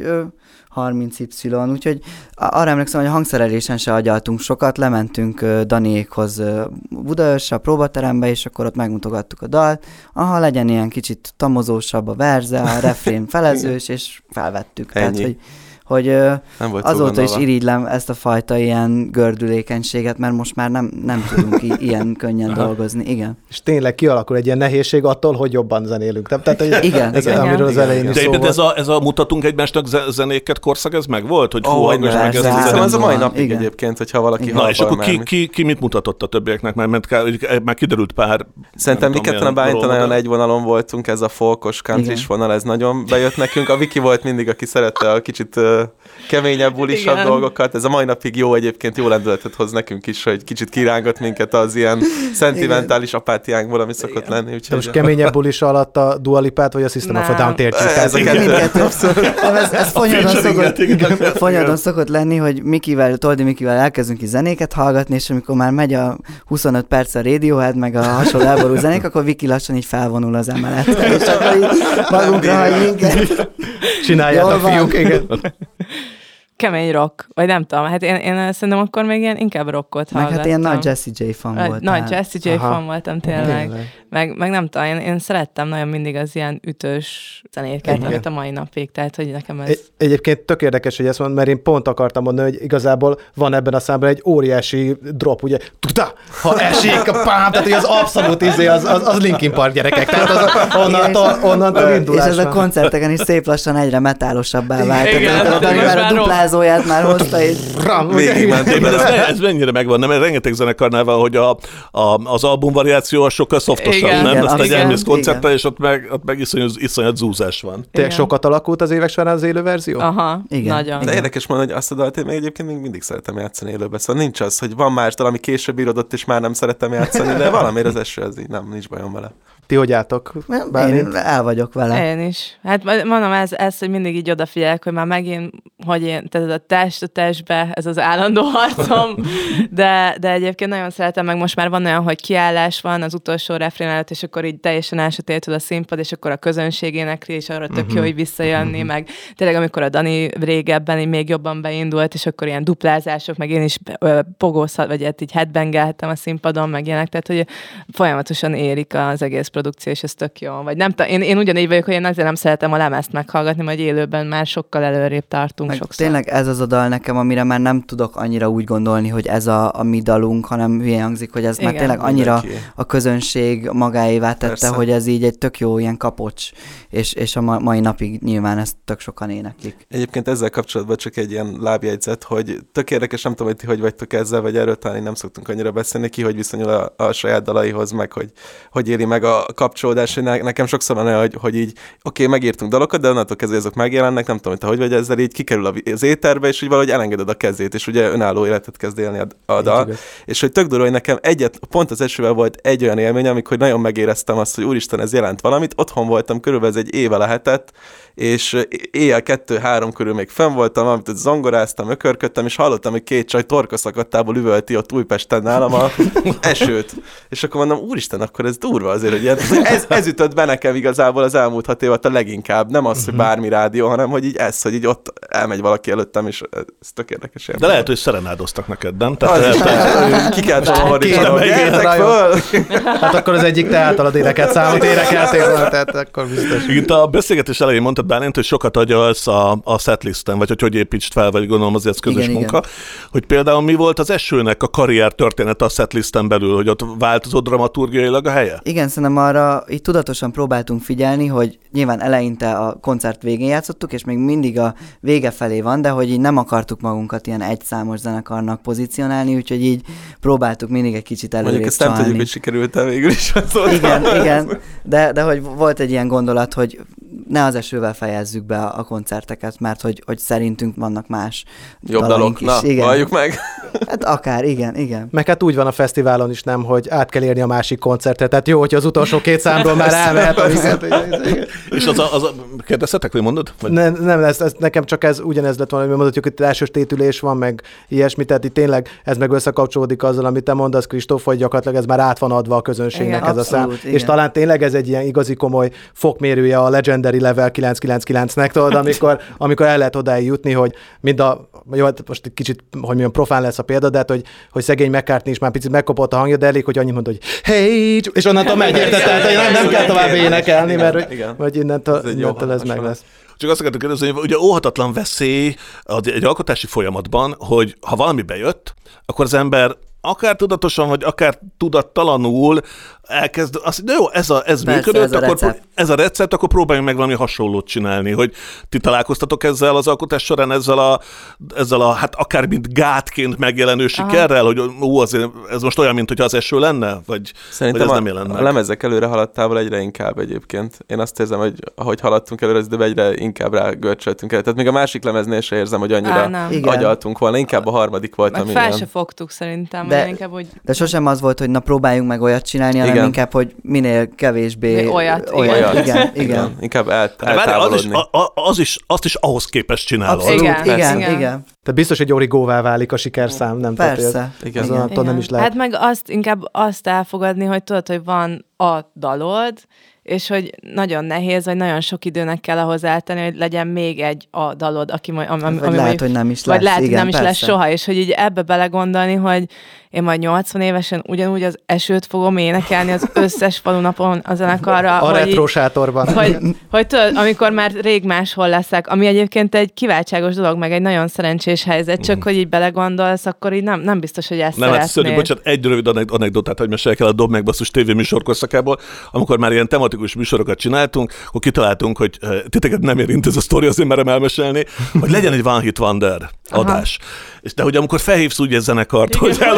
30Y, úgyhogy arra emlékszem, hogy a hangszerelésen se agyaltunk sokat, lementünk Daniékhoz Budaörsre, a próbaterembe, és akkor ott megmutogattuk a dalt, legyen ilyen kicsit tamozósabb a verze, a refrén felezős, és felvettük. Ennyi. Tehát, hogy Nem volt azóta is túlgondolva. irigylem ezt a fajta ilyen gördülékenységet, mert most már nem tudunk ilyen könnyen dolgozni. Igen. és tényleg kialakul egy ilyen nehézség attól, hogy jobban zenélünk. Tehát, hogy Igen, ez, igen. amiről az elején is De szó egyébként volt. ez a mutatunk egymásnak zenéket korszak, ez meg volt? Hogy hú, hallgass meg persze. ezt a Hiszem, zenét. Ez a mai napig Igen. egyébként, hogyha valaki Na, és akkor már. ki mit mutatott a többieknek? Mert már kiderült pár... Szerintem mi nem tudom, ketten a milyen Bálintán nagyon rólmodell. egy vonalon voltunk, ez a folkos country Igen. vonal, ez nagyon bejött nekünk. A Viki volt mindig, aki szerette a kicsit keményebb, bulisabb Igen. dolgokat. Ez a mai napig jó egyébként, jó lendületet hoz nekünk is, hogy kicsit kirángat minket az ilyen szentimentális apátiánkból, ami szokott lenni. De Úgyhogy most keményebb bulis alatt a Dua Lipát, vagy a System of a Nem. Down-t értjük. Tehát Ezeket Mindkettő. Nem, ez fonyodon szokott lenni, hogy Toldi Mikivel elkezdünk ki zenéket hallgatni, és amikor már megy a 25 perc a Radiohead, meg a hasonló elború zenék, akkor Viki lassan így felvonul az emeletre, és akkor így magunkra hagy minket. Csináljátok, Jól van. fiúk, igen. Kemény rock, vagy nem tudom, hát én szerintem akkor még ilyen inkább rockot Meg hallgattam. hát ilyen nagy Jessie J fan volt. Nagy Jessie J Aha. fan voltam tényleg. Meg nem tudom, én szerettem nagyon mindig az ilyen ütős zenéket, Igen. amit a mai napig, tehát hogy nekem ez... Egyébként tök érdekes, hogy ezt mondod, mert én pont akartam mondani, hogy igazából van ebben a számban egy óriási drop, ugye, tuda, ha esik, pám, tehát hogy az abszolút az Linkin Park gyerekek, tehát az onnantól És indulás ez a van. koncerteken is szép lassan egyre metálosabbá vált. Igen, Tehát Dani most már a már duplázóját már hozta, és végigmentél De bele. ez mennyire megvan, nem? Rengeteg zenekarnál van, hogy az albumvariáció az sokkal szoftosabb, Igen, nem? igen, Azt egy igen, elmész koncertre, igen. és ott meg iszonyat zúzás van. Tényleg Igen. sokat alakult az évek során az élő verzió? Aha, Igen. nagyon. De érdekes mondani, hogy azt a dalt én még egyébként még mindig szeretem játszani élőben. Szóval nincs az, hogy van más dal, ami később írodott, és már nem szeretem játszani, de valamiért az eső az így nem, nincs bajom vele. Ti hogy álltok? én Bálint? el vagyok vele. Én is. Hát mondom, ez, hogy mindig így odafigyelek, hogy már megint, hogy én, tehát a test a testbe, ez az állandó harcom, de egyébként nagyon szeretem, meg most már van olyan, hogy kiállás van az utolsó refrén előtt, és akkor így teljesen elsötétül a színpad, és akkor a közönség énekli, és arra tök jó, hogy visszajönni, meg tényleg amikor a Dani régebben így még jobban beindult, és akkor ilyen duplázások, meg én is pogózhat, vagy hát így headbangelhettem a színpadon, meg ilyenek, tehát hogy folyamatosan érik az egész produkció, és ez tök jó. Vagy nem én ugyanígy vagyok, hogy én azért nem szeretem a lemezt meghallgatni, majd élőben már sokkal előrébb tartunk. játszottunk meg sokszor. tényleg ez az a dal nekem, amire már nem tudok annyira úgy gondolni, hogy ez a mi dalunk, hanem hülye hangzik, hogy ez Igen. már tényleg annyira Mindenki. a közönség magáévá tette, Persze. hogy ez így egy tök jó ilyen kapocs, és a mai napig nyilván ezt tök sokan éneklik. Egyébként ezzel kapcsolatban csak egy ilyen lábjegyzet, hogy tök érdekes, nem tudom, hogy ti hogy vagytok ezzel, vagy erről talán nem szoktunk annyira beszélni, ki hogy viszonyul a saját dalaihoz, meg hogy éli meg a kapcsolódás, hogy nekem sokszor van olyan, hogy így oké, megírtunk dalokat, de onnantól kezdve azok megjelennek, nem tudom, hogy te hogy vagy ezzel, így kikerül az éterbe, és így valahogy elengeded a kezét, és ugye önálló életet kezd élni a dal. És hogy tök durva, hogy nekem pont az esővel volt egy olyan élmény, amikor nagyon megéreztem azt, hogy úristen, ez jelent valamit. Otthon voltam, körülbelül ez egy éve lehetett, és éjjel 2-3 körül még fenn voltam, amit zongoráztam, ökörködtem, és hallottam, hogy 2 csaj torkaszakadtából üvölti ott Újpesten nálam a esőt. És akkor mondom, úristen, akkor ez durva azért, hogy ez ütött be nekem igazából az elmúlt 6 évet a leginkább. Nem az, hogy bármi rádió, hanem hogy így hogy így ott elmegy valaki előttem, és ez tök érdekes. De lehet, hogy szerenádoztak neked, nem? Ki kell tolni, gyertek föl! Hát akkor az egyik te általad énekelt számot énekeltél volna, tehát akkor biztos. Itt a beszélgetés elején mondtad, Bálint, hogy sokat agyalsz a setlisten, vagy hogy építsd fel, vagy gondolom azért ez közös Igen, munka. igen. Hogy például mi volt az Esőnek a karrier története a setlisten belül, hogy ott változott dramaturgiailag a helye? Igen, szerintem arra így tudatosan próbáltunk figyelni, hogy nyilván eleinte a koncert végén játszottuk, és még mindig a vége felé van, de hogy így nem akartuk magunkat ilyen egyszámos zenekarnak pozícionálni, úgyhogy így próbáltuk mindig egy kicsit előrébb Mondjuk ezt nem csalni. tudjuk, hogy sikerült-e végül is. Igen, de hogy volt egy ilyen gondolat, hogy ne az esővel fejezzük be a koncerteket, mert hogy szerintünk vannak más Jobb dalaink dalok, is. Igen. valljuk meg. Hát akár, igen. Meg hát úgy van a fesztiválon is, nem, hogy át kell érni a másik koncertet. Tehát jó, hogy az utolsó 2 számról már elmehet a viszont. És kérdeztetek, hogy mondod? Vagy? Nem, ez nekem csak ugyanez lett volna, hogy mondhatjuk, hogy elsős tétülés van, meg ilyesmi, tehát itt tényleg ez meg összekapcsolódik azzal, amit te mondasz, Kristóf, hogy gyakorlatilag ez már át van adva a közönségnek. Igen, ez a szám. abszolút, igen. És talán tényleg ez egy ilyen igazi komoly fokmérője a Legendary Level 999-nek, tudod, amikor el lehet odáig jutni, hogy jó, most egy kicsit, hogy mondjam, profán lesz a példa, de hát, hogy szegény McCartney is már picit megkopott a hangja, de elég, hogy annyit mond, hogy hey, és onnantól megy, tehát hogy nem kell tovább énekelni, mert hogy innentől ez meg lesz. Csak azt akartam kérdezni, hogy ugye óhatatlan veszély egy alkotási folyamatban, hogy ha valami bejött, akkor az ember akár tudatosan, vagy akár tudattalanul elkezd, azt mondja, jó, ez működött, ez a recept, akkor próbáljunk meg valami hasonlót csinálni, hogy ti találkoztatok ezzel az alkotás során, ezzel a hát akár mint gátként megjelenő sikerrel, hogy azért ez most olyan, mint hogy az eső lenne, vagy Szerintem vagy ez nem jelent meg. A lemezek előre haladtával egyre inkább egyébként. Én azt érzem, hogy ahogy haladtunk előre, az időben egyre inkább rá görcsöltünk el. Tehát még a másik lemeznél se érzem, hogy annyira agyaltunk volna. Inkább a harmadik volt, ami fel se fogtuk szerintem. De sosem az volt, hogy na próbáljunk meg olyat csinálni, hanem inkább, hogy minél kevésbé olyat. Igen. Inkább eltávolodni. Azt is ahhoz képest csinálod. Abszolút, igen. Tehát biztos, hogy origóvá válik a sikerszám, nem? Persze. Igen. Nem is lehet. Hát meg inkább azt elfogadni, hogy tudod, hogy van a dalod, és hogy nagyon nehéz, vagy nagyon sok időnek kell ahhoz eltenni, hogy legyen még egy a dalod, vagy lehet, hogy nem is lesz. Vagy lehet, hogy nem is persze. lesz soha, és hogy így ebbe belegondolni, hogy én majd 80 évesen ugyanúgy az esőt fogom énekelni az összes falunapon a zenekarra. A retrosátorban. Hogy tudod, amikor már rég máshol leszek, ami egyébként egy kiváltságos dolog, meg egy nagyon szerencsés helyzet, csak hogy így belegondolsz, akkor így nem biztos, hogy ezt szeretnéd. Hát bocsánat, egy rövid anekdotát, hogy meséljek el a Dob Megbasszus tévéműsor korszakából, amikor már ilyen tematikus műsorokat csináltunk, akkor kitaláltunk, hogy titeket nem érint ez a sztori, azért merem elmesélni, hogy legyen egy One Hit Wonder adás. De hogy amikor felhívsz úgy egy zenekart, hogy hello,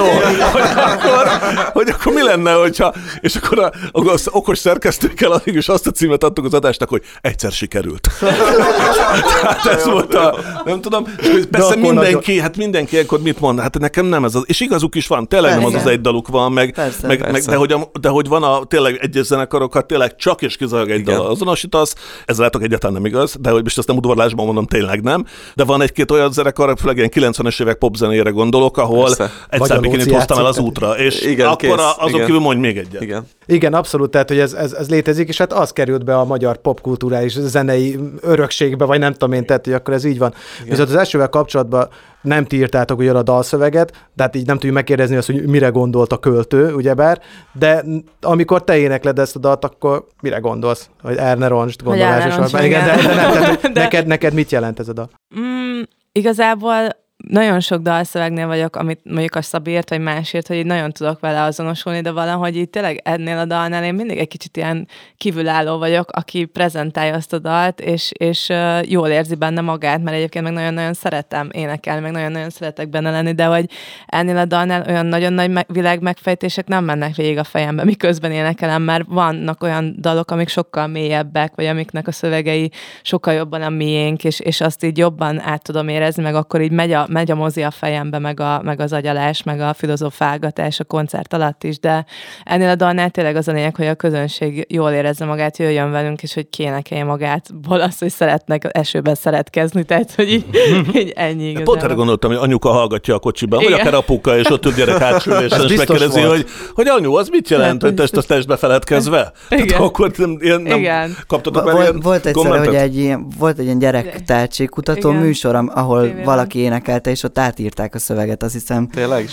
hogy akkor mi lenne, hogyha, és akkor az okos szerkesztőkkel addig is azt a címet adtuk az adásnak, hogy egyszer sikerült. Tehát ez volt nem tudom, és persze mindenki ilyenkor mit mond, hát nekem nem ez az, és igazuk is van, tényleg nem az egy daluk van, meg de hogy van tényleg egyes zenekarokat, tényleg csak és kizárólag egy dal azonosítasz, ez látok egyáltalán nem igaz, de hogy most ezt nem udvarlásban mondom, tényleg nem, de van egy-két olyan zenekar, főleg ilyen 90-es évek popzenére gondolok, ahol egyszer bikinit hoztam el az útra, és igen, akkor azon kívül mondj még egyet. Igen, abszolút, tehát hogy ez létezik, és hát az került be a magyar popkulturális zenei örökségbe, vagy nem tudom én, tehát hogy akkor ez így van. Igen. Viszont az esővel kapcsolatban nem ti írtátok ugyan a dalszöveget, de hát így nem tudjuk megkérdezni azt, hogy mire gondolt a költő, ugyebár, de amikor te énekled ezt a dalt, akkor mire gondolsz? Hogy Erne Ronst gondolás. Igen, de neked mit jelent ez a dal? Igazából nagyon sok dalszövegnél vagyok, amit mondjuk a Szabiért, vagy másért, hogy így nagyon tudok vele azonosulni, de valahogy így tényleg ennél a dalnál én mindig egy kicsit ilyen kívülálló vagyok, aki prezentálja azt a dalt, és jól érzi benne magát, mert egyébként meg nagyon-nagyon szeretem énekelni, meg nagyon-nagyon szeretek benne lenni, de hogy ennél a dalnál olyan nagyon nagy világmegfejtések nem mennek végig a fejembe, miközben énekelem, mert vannak olyan dalok, amik sokkal mélyebbek, vagy amiknek a szövegei sokkal jobban a miénk, és azt így jobban át tudom érezni, meg akkor így megy a mozi a fejembe, meg az agyalás, meg a filozofálgatás a koncert alatt is, de ennél a dalnál tényleg az a lényeg, hogy a közönség jól érezze magát, jöjjön velünk, és hogy kénekelje magátból azt, hogy szeretnek esőben szeretkezni, tehát hogy így ennyi igazából. Pont erre gondoltam, hogy anyuka hallgatja a kocsiban, vagy akár apuka, és ott tud gyerek hátsülésen, és megkérdezi, hogy anyu, az mit jelent, hogy test az testbe feledkezve? Tehát akkor nem kaptatok már ilyen Volt egyszer, hogy volt egy ilyen gyerektehetsségkutató műsor, ahol valaki énekelte, és ott átirták a szöveget, azt hiszem. Tényleg?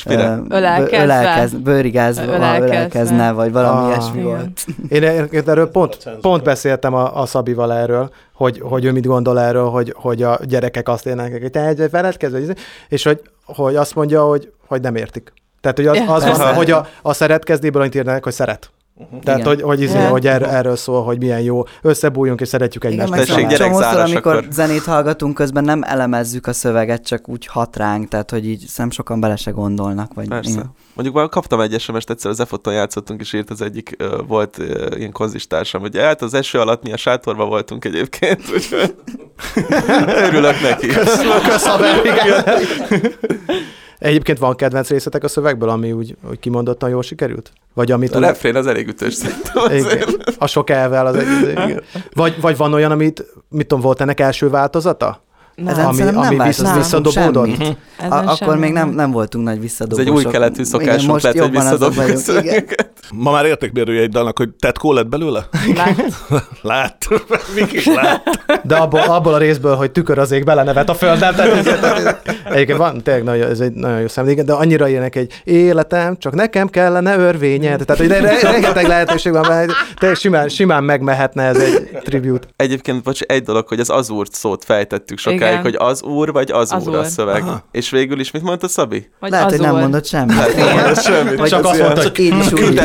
Bőrigázne, vagy valami ilyesmi volt. Én erről pont beszéltem a Szabival erről, hogy ő mit gondol erről, hogy a gyerekek azt énekelik, hogy te feledkezve, és hogy azt mondja, hogy nem értik. Tehát, hogy az van, hogy a szeretkezdéből annyit írnak, hogy szeret. Tehát, hogy erről szól, hogy milyen jó, összebújjunk és szeretjük egymást. Csomószor, amikor zenét hallgatunk, közben nem elemezzük a szöveget, csak úgy hat ránk, tehát, hogy így szem sokan bele se gondolnak. Vagy persze. Mondjuk már kaptam egy SMS-t, egyszer az EFOT-on játszottunk, és írt az egyik, volt ilyen konzistársam, hogy hát az eső alatt mi a sátorban voltunk egyébként, úgyhogy örülök neki. Köszönöm. Egyébként van kedvenc részletek a szövegből, ami úgy kimondottan jól sikerült? Vagy amit a refrén az elég ütős szerintem. A sok elvel az egy. Vagy van olyan, amit, mit tudom, volt ennek első változata? Ami visszadobódott? Akkor semmi. még nem voltunk nagy visszadobósok. Ez egy új keletű szokásunk lett, hogy visszadobjuk szövegeket. Ma már értékmérője egy dalnak, hogy Tetkó lett belőle? Lát. Mik lát. De abból a részből, hogy tükör az ég belenevet a földem. Egyébként van, tényleg ez egy nagyon jó szám, de annyira ilyenek egy életem, csak nekem kellene örvényed. Tehát, hogy rengeteg lehetőség van, tényleg simán megmehetne ez egy tribute. Egyébként, egy dolog, hogy az azúrt szót fejtettük sokáig, hogy az úr vagy az úr a szöveg. Aha. És végül is mit mondta Szabi? Lehet, hogy nem mondott semmit. Csak azt mondta, hogy így is úgy.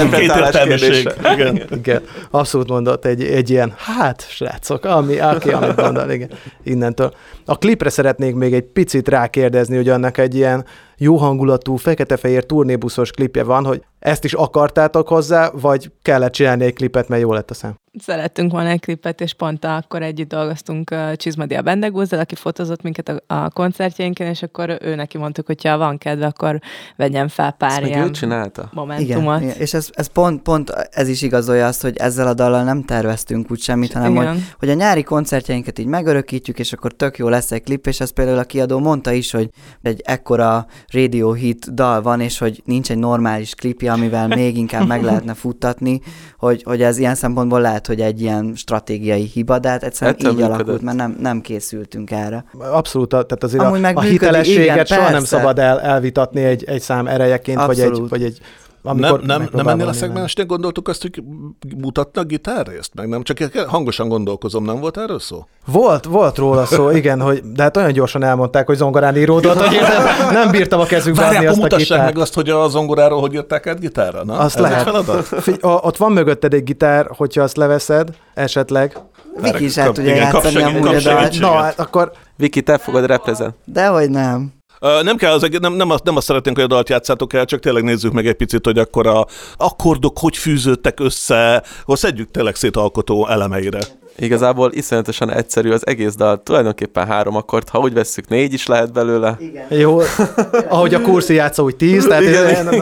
Igen. Abszolút mondott egy ilyen, hát srácok, amit gondol, igen, innentől. A klipre szeretnék még egy picit rákérdezni, hogy annak egy ilyen jó hangulatú, fekete-fehér turnébuszos klipje van, hogy ezt is akartátok hozzá, vagy kellett csinálni egy klipet, mert jó lett a szám? Szerettünk volna egy klipet, és pont akkor együtt dolgoztunk Csizmadia Bendegúzzal, aki fotózott minket a koncertjeinken, és akkor ő neki mondtuk, hogy ha van kedve, akkor vegyen fel pár ilyen momentumot. Igen. És ez pont ez is igazolja azt, hogy ezzel a dallal nem terveztünk úgy semmit, hanem hogy a nyári koncertjeinket így megörökítjük, és akkor tök jó lesz egy klip, és ez például a kiadó mondta is, hogy egy ekkora radio hit dal van, és hogy nincs egy normális klipje, amivel még inkább meg lehetne futtatni, hogy ez ilyen szempontból lehet, hogy egy ilyen stratégiai hiba, de hát egyszerűen így alakult, mert nem készültünk erre. Abszolút, tehát azért a hitelességet soha nem szabad elvitatni egy szám erejeként, vagy egy nem ennél a szegmensnél gondoltuk azt, hogy mutatnak gitárrészt? Meg nem, csak hangosan gondolkozom, nem volt erről szó? Volt róla szó, igen, de hát olyan gyorsan elmondták, hogy zongorán íródott, hogy nem bírtam a kezükbe adni azt a gitárt. Meg azt, hogy a zongoráról hogy írták át gitárra? Na, azt lehet. Ott van mögötted egy gitár, hogyha azt leveszed, esetleg. Viki is el tudja játszani amúgy a dalt. Na, hát akkor... Viki, te fogod reprezent. Dehogy nem. Nem kell, nem azt szeretnénk, hogy a dalt játszátok el, csak tényleg nézzük meg egy picit, hogy akkor a akkordok hogy fűződtek össze, hogy szedjük tényleg szét alkotó elemeire. Igazából iszonyatosan egyszerű az egész dal, tulajdonképpen 3 akkord, ha úgy vesszük, 4 is lehet belőle. Igen. Jó, ahogy a Kurszi játszó, úgy 10, tehát...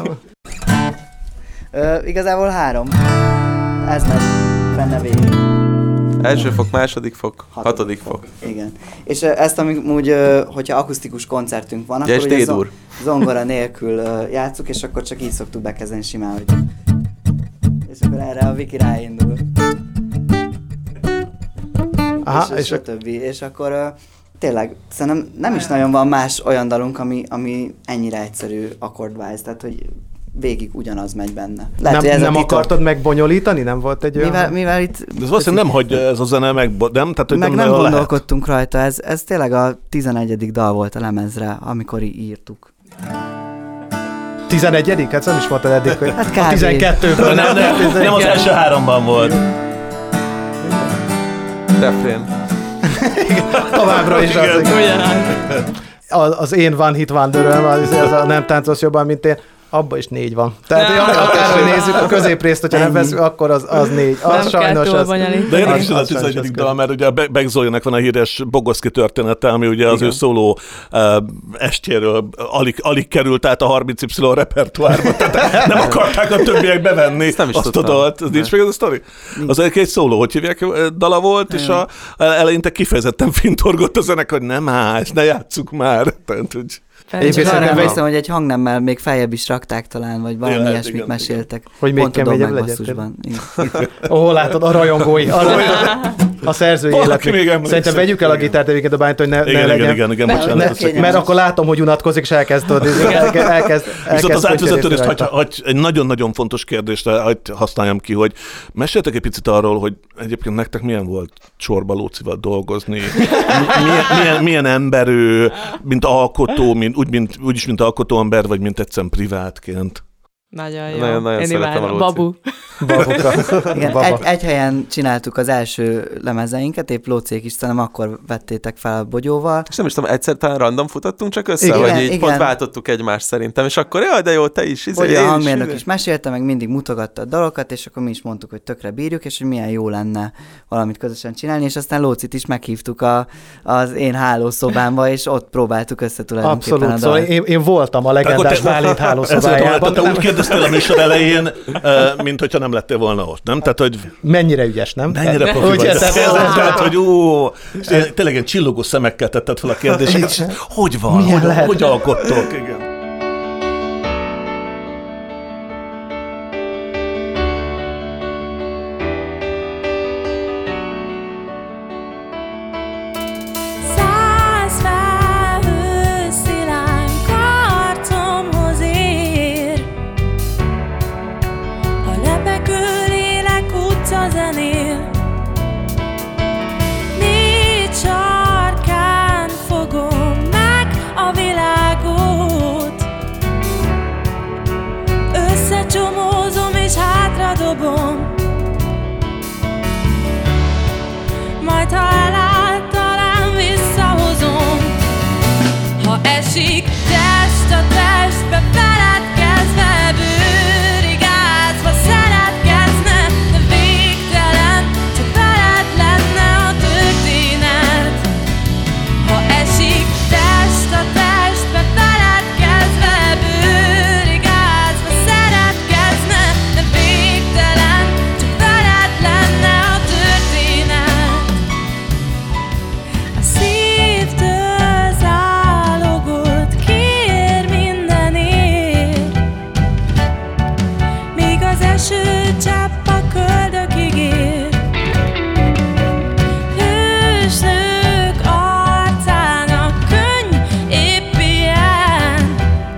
Igazából 3. Ez megy benne végig. Első fok, második fok, hatodik fok. Igen. És ezt amúgy, hogyha akusztikus koncertünk van, akkor ugye zongora nélkül játszuk, és akkor csak így szoktuk bekezdeni simán, hogy... És akkor erre a Viki ráindul. Aha, és a többi. És akkor tényleg szerintem nem is nagyon van más olyan dalunk, ami ennyire egyszerű akkordwise, tehát hogy végig ugyanaz megy benne. Lehet, hogy ez nem a titok. akartad megbonyolítani? Nem volt egy olyan... Mivel itt... De ez valószínűleg nem hagyja ez a zene meg, nem? Tehát, hogy meg nem nagyon gondolkodtunk rajta, ez tényleg a 11. dal volt a lemezre, amikor írtuk. 11. Hát nem is mondtad eddig, hogy Hát a 12-ből. Nem az első 3-ban volt. Refrén. Továbbra is az én One Hit Wonderöm, az a nem táncos jobban, mint én, abban is 4 van. Tehát akárhogy nézzük, a középrészt, hogyha nem veszünk, akkor az 4. Az nem sajnos az... De érdekes, hogy a 11. dal, mert ugye a Begzolinak van a híres Bogoszki története, ami ugye az ő szóló estjéről alig került át a 30Y repertoárba, tehát nem akarták a többiek bevenni azt a dalt. Ez nincs még ez a sztori? Az egy szóló, hogy hívják, dala volt, és eleinte kifejezetten fintorgott a zenekar, hogy nem ezt ne játsszuk már. Tehát, hogy... Én csak arra emlékszem, hogy egy hangnemmel még feljebb is rakták talán, vagy valami ilyesmit meséltek. Hogy még keményebb legyen. Ó, látod, a rajongói. A szerzői életük. Szerintem vegyük el a gitárt egyébként a Bányt, hogy ne legyen. Igen, bocsánat. Mert akkor látom, hogy unatkozik, és elkezd Viszont az átvezetődést, hogy egy nagyon-nagyon fontos kérdést használjam ki, hogy meséltek egy picit arról, hogy egyébként nektek milyen volt Csorba Lócival dolgozni, milyen ember ő, mint alkotó, úgyis mint alkotó ember, vagy mint egyszerűen privátként. Nagyon jó. Nagyon Én szeretem a imádom. Babu. Igen, egy helyen csináltuk az első lemezeinket, épp Lócék is, nem akkor vettétek fel a bogyóval. És nem is tudom, egyszer talán random futottunk csak össze, igen, hogy így igen. pont váltottuk egymást szerintem, és akkor jaj, de jó, te is. Hogy a hangmérnök is mesélte, meg mindig mutogatta a dalokat, és akkor mi is mondtuk, hogy tökre bírjuk, és hogy milyen jó lenne valamit közösen csinálni, és aztán Lócit is meghívtuk az én hálószobámba, és ott próbáltuk össze tulajdonképpen abszolút, a dalt. szóval én voltam a legendás Bálint hálószobájában. Te úgy kérdeztél a műsor elején, mint hogyha nem lettél volna ott, nem? Tehát, hogy mennyire ügyes, nem? Mennyire profi vagy. Tehát, hogy tényleg ilyen csillogó szemekkel tetted fel a kérdést. Hogy van? Hogy alkottok? Igen. Majd ha elállt, talán visszahozom. Ha esik test a testbe, feledkezve, bőrigázva, szeretkezne, de végtelen, csak veled lenne a történet. Ha esik test a testbe, feledkezve, bőrigázva, szeretkezne, de végtelen, csak veled lenne a történet. A szívtől zálogot kér mindenért, míg az eső csepp a köldökig ér. Hősnők arcának könny épp ilyen,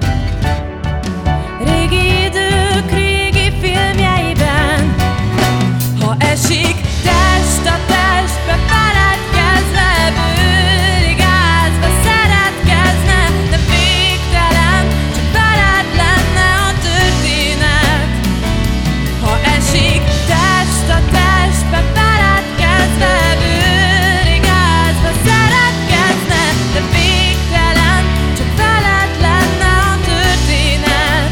régi idők régi filmjeiben. Ha esik test a testbe, feledkezve, bőrigázva, szeretkezne, de végtelen, csak veled lenne a történet. Ha esik test a testbe, feledkezve, bőrigázva, szeretkezne, de végtelen, csak veled lenne a történet.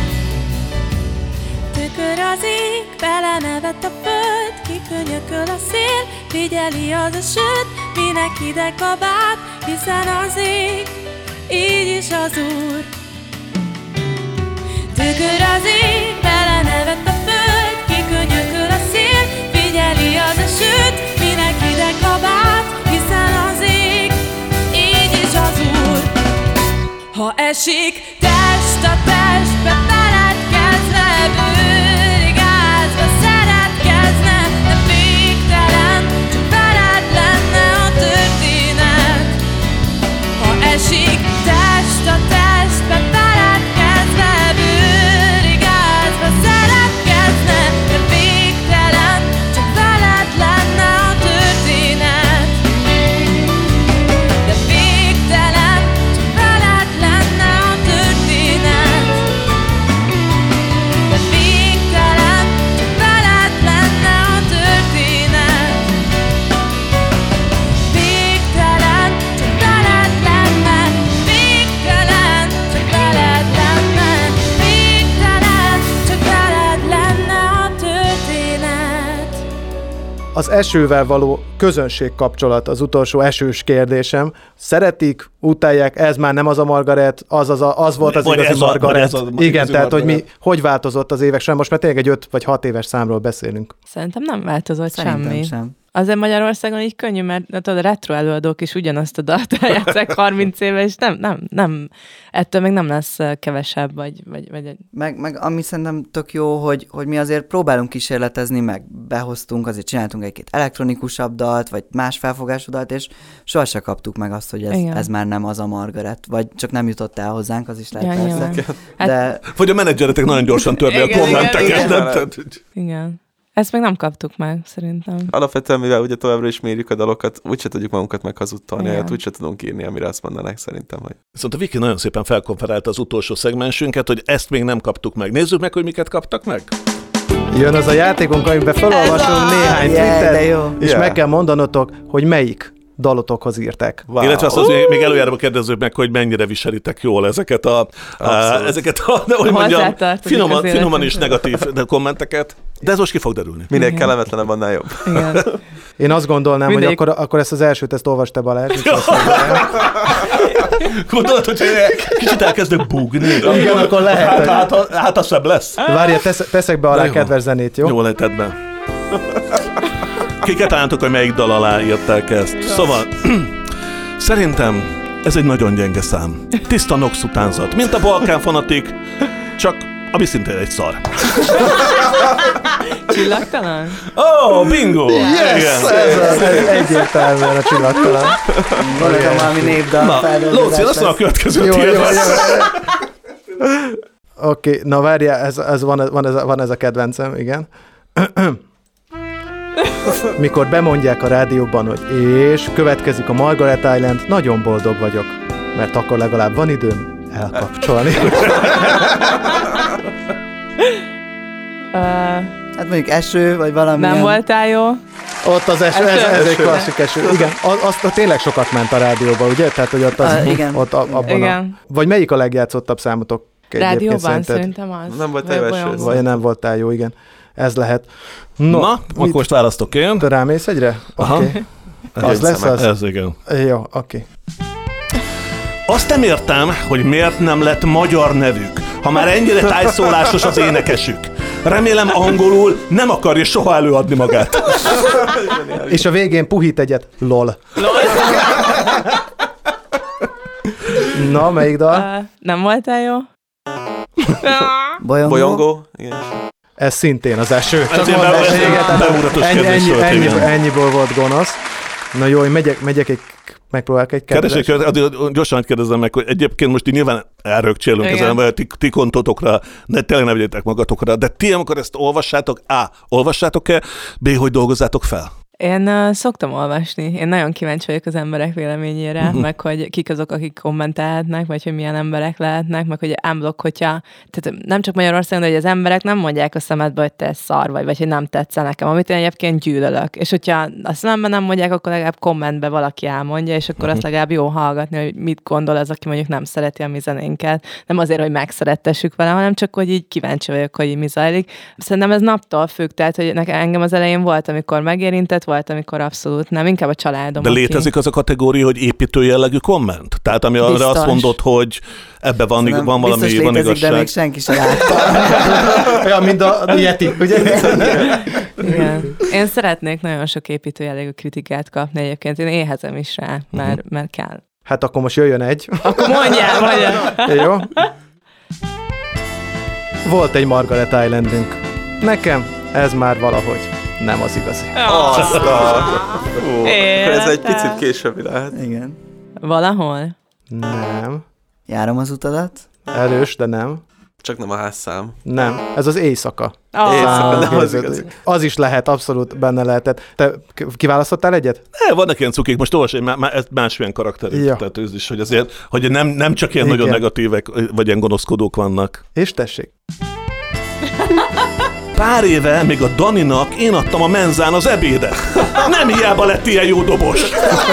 Tükör az ég, belenevet a föld, kikönyököl a szél, figyeli az a söt, minek ide kabát, hiszen az ég, így is az Úr. Tükör az ég, belenevet a föld, kikönyököl a szél, figyeli az a söt, minek ide kabát, hiszen az ég, így is az Úr. Ha esik test a testbe, feledkezve, bőrigázva, szeretkezne, de végtelen, csak veled lenne a történet. Ha esik test a testbe, feledkezve, bőrigázva, Az esővel való közönségkapcsolat az utolsó esős kérdésem. Szeretik, utálják, ez már nem az a Margaret, az volt az igazi Margaret. Igen, tehát hogy hogy változott az évek során. Most már tényleg egy 5 vagy 6 éves számról beszélünk. Szerintem nem változott Szerintem semmi. sem. Azért Magyarországon így könnyű, mert tudod, a retro előadók is ugyanazt a dalt eljátszák 30 éve, és nem, ettől még nem lesz kevesebb, vagy Meg ami szerintem tök jó, hogy mi azért próbálunk kísérletezni, meg behoztunk, azért csináltunk egy-két elektronikusabb dalt, vagy más felfogású dalt, és sohasem kaptuk meg azt, hogy ez már nem az a Margaret, vagy csak nem jutott el hozzánk, az is lehet persze. De... Vagy a menedzseretek nagyon gyorsan törni a kommenteket. Igen. Ezt még nem kaptuk meg, szerintem. Alapvetően, mivel ugye továbbra is mérjük a dalokat, úgyse tudjuk magunkat meghazudtolni, hát úgyse tudunk írni, amire azt mondanák szerintem, hogy... Viszont a Viki nagyon szépen felkonferálta az utolsó szegmensünket, hogy ezt még nem kaptuk meg. Nézzük meg, hogy miket kaptak meg. Jön az a játékunk, amiben felolvasunk néhány tweetet, és meg kell mondanotok, hogy melyik dalotokhoz írták. Wow. Illetve azt még előjáróban kérdezzük meg, hogy mennyire viselitek jól ezeket a hogy mondjam, finoman és negatív kommenteket. De ez most ki fog derülni. Minél kellemetlenebb, annál jobb. Igen. Én azt gondolnám, hogy akkor ezt az elsőt, ezt olvasta Balázs. Gondolod, hogy kicsit elkezdök bugni. Igen, akkor lehet. Hát az szebb lesz. Várja, teszek be alá kedves zenét, jó? Jó, lehetett be. Kiket álltok, hogy melyik dal alá írták ezt? Szóval, szerintem ez egy nagyon gyenge szám. Tiszta Nox utánzat, mint a Balkán Fanatik, csak ami szintén egy szar. Csillagtalan? Oh, bingo! Yes! Ez egyértelműen a Csillagtalan. Valójában valami népdal. Lóci, azt mondom, a következő tiéd lesz. Oké, na várjál, van ez a kedvencem, igen. Mikor bemondják a rádióban, hogy és következik a Margaret Island, nagyon boldog vagyok, mert akkor legalább van időm elkapcsolni. Hát mondjuk eső, vagy valami. Nem voltál jó? Ott az eső, ez egy klasszik eső. Igen, azt tényleg sokat ment a rádióba, ugye? Tehát, hogy ott, igen. Ott abban igen. Vagy melyik a legjátszottabb számotok? Rádióban szerintem az. Nem voltál jó eső. Vagy nem voltál jó, igen. Ez lehet. Na akkor most választok én. Te rámész egyre? Oké. Az lesz az? Ez igen. Jó, oké. Azt nem értem, hogy miért nem lett magyar nevük, ha már ennyire tájszólásos az énekesük. Remélem angolul nem akarja soha előadni magát. És a végén puhít egyet. LOL. Na, melyik dal? Nem voltál jó? Bolyongó. Igen. Ez szintén az eső. Ez ilyen beugratós kérdés volt. Ennyiből volt gonosz. Na jó, én megyek megpróbálok egy kedves. Gyorsan kérdezem meg, hogy egyébként most nyilván elrögcsélünk ezen, vagy ti kontotokra, tényleg ne vegyetek magatokra, de ti, amikor ezt olvassátok, olvassátok-e, B, hogy dolgozzátok fel? Én szoktam olvasni. Én nagyon kíváncsi vagyok az emberek véleményére, meg hogy kik azok, akik kommentálhatnak, vagy hogy milyen emberek lehetnek, meg hogy unblock, hogyha, tehát nem csak Magyarországon, de hogy az emberek nem mondják a szemedbe, hogy te szar vagy hogy nem tetszel nekem, amit én egyébként gyűlölök. És hogyha a szemembe nem mondják, akkor legalább kommentbe valaki elmondja, és akkor azt legalább jó hallgatni, hogy mit gondol az, aki mondjuk nem szereti a mi zenénket. Nem azért, hogy megszerettessük vele, hanem csak, hogy így kíváncsi vagyok, hogy mi zajlik. Szerintem ez naptól függ, tehát hogy engem az elején volt, amikor megérintett, volt, amikor abszolút nem, inkább a családom. De létezik az a kategória, hogy építő jellegű komment? Tehát ami arra azt mondod, hogy ebbe van valami, biztos van létezik, igazság. de még senki sem látta. Olyan, mint a Yeti, ugye? Igen. Én szeretnék nagyon sok építő jellegű kritikát kapni egyébként. Én éhezem is rá, mert kell. Hát akkor most jöjjön egy. Akkor mondjál. Jó. Volt egy Margaret Islandünk. Nekem ez már valahogy nem az igazi. Akkor ez egy picit későbbi lehet. Igen. Valahol? Nem. Járom az utadat? Erős, de nem. Csak nem a házszám. Nem, ez az éjszaka. Éjszaka, nem az igazi. Az is lehet, abszolút benne lehetett. Te kiválasztottál egyet? Vannak ilyen cukik, most olvasd, ez másmilyen karakterek. Ja. Tehát ez is, hogy azért, hogy nem csak ilyen nagyon negatívek, vagy ilyen gonoszkodók vannak. És tessék. Pár éve még a Daninak én adtam a menzán az ebédet. Nem hiába lett ilyen jó dobos.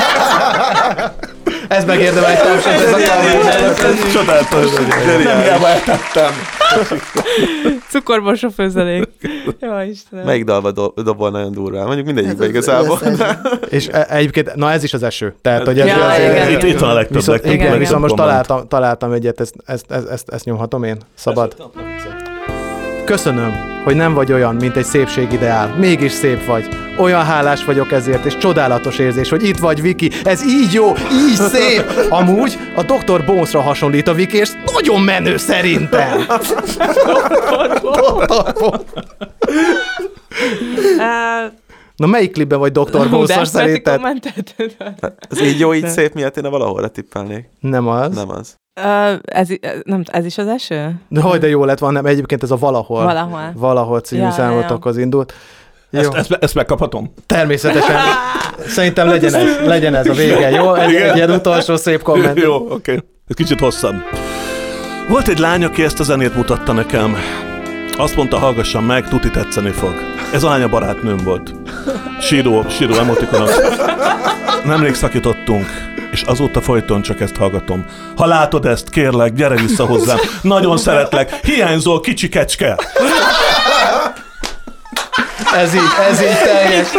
Ez megérdemel egy tapsot, ez a csodálatos. Nem hiába eltettem. Cukorborsó főzelék. Jó, Istenem. Melyik dalba dobol nagyon durván? Mondjuk mindegyikbe igazából. És egyébként, na ez is az eső. Tehát, hogy ez, Ja, igen. Itt van a legtöbb. viszont, legtöbb igen, viszont most komment. találtam egyet, ezt nyomhatom én? Szabad? Köszönöm, hogy nem vagy olyan, mint egy szépségideál. Mégis szép vagy. Olyan hálás vagyok ezért, és csodálatos érzés, hogy itt vagy, Viki. Ez így jó, így szép. Amúgy a Dr. Bonesra hasonlít a Viki, és nagyon menő szerintem. Na melyik klipben vagy Dr. Bones-ra szerinted? Az így jó, így szép miatt én valahol tippelnék. Nem az. Nem az. Ez is az eső? De hogy de jó lett van, nem, egyébként ez a Valahol. Valahol című számotokhoz indult. Jó. Ezt megkaphatom? Természetesen. Szerintem legyen ez a vége, jó? Egy ilyen utolsó szép komment. Jó, oké. Ez kicsit hosszabb. Volt egy lány, aki ezt a zenét mutatta nekem. Azt mondta, hallgassam meg, tuti tetszeni fog. Ez a lány a barátnőm volt. Síró emotikonok. Nemrég szakítottunk, és azóta folyton csak ezt hallgatom. Ha látod ezt, kérlek, gyere vissza hozzám. Nagyon szeretlek. Hiányzol, kicsi kecske. Ez így teljes.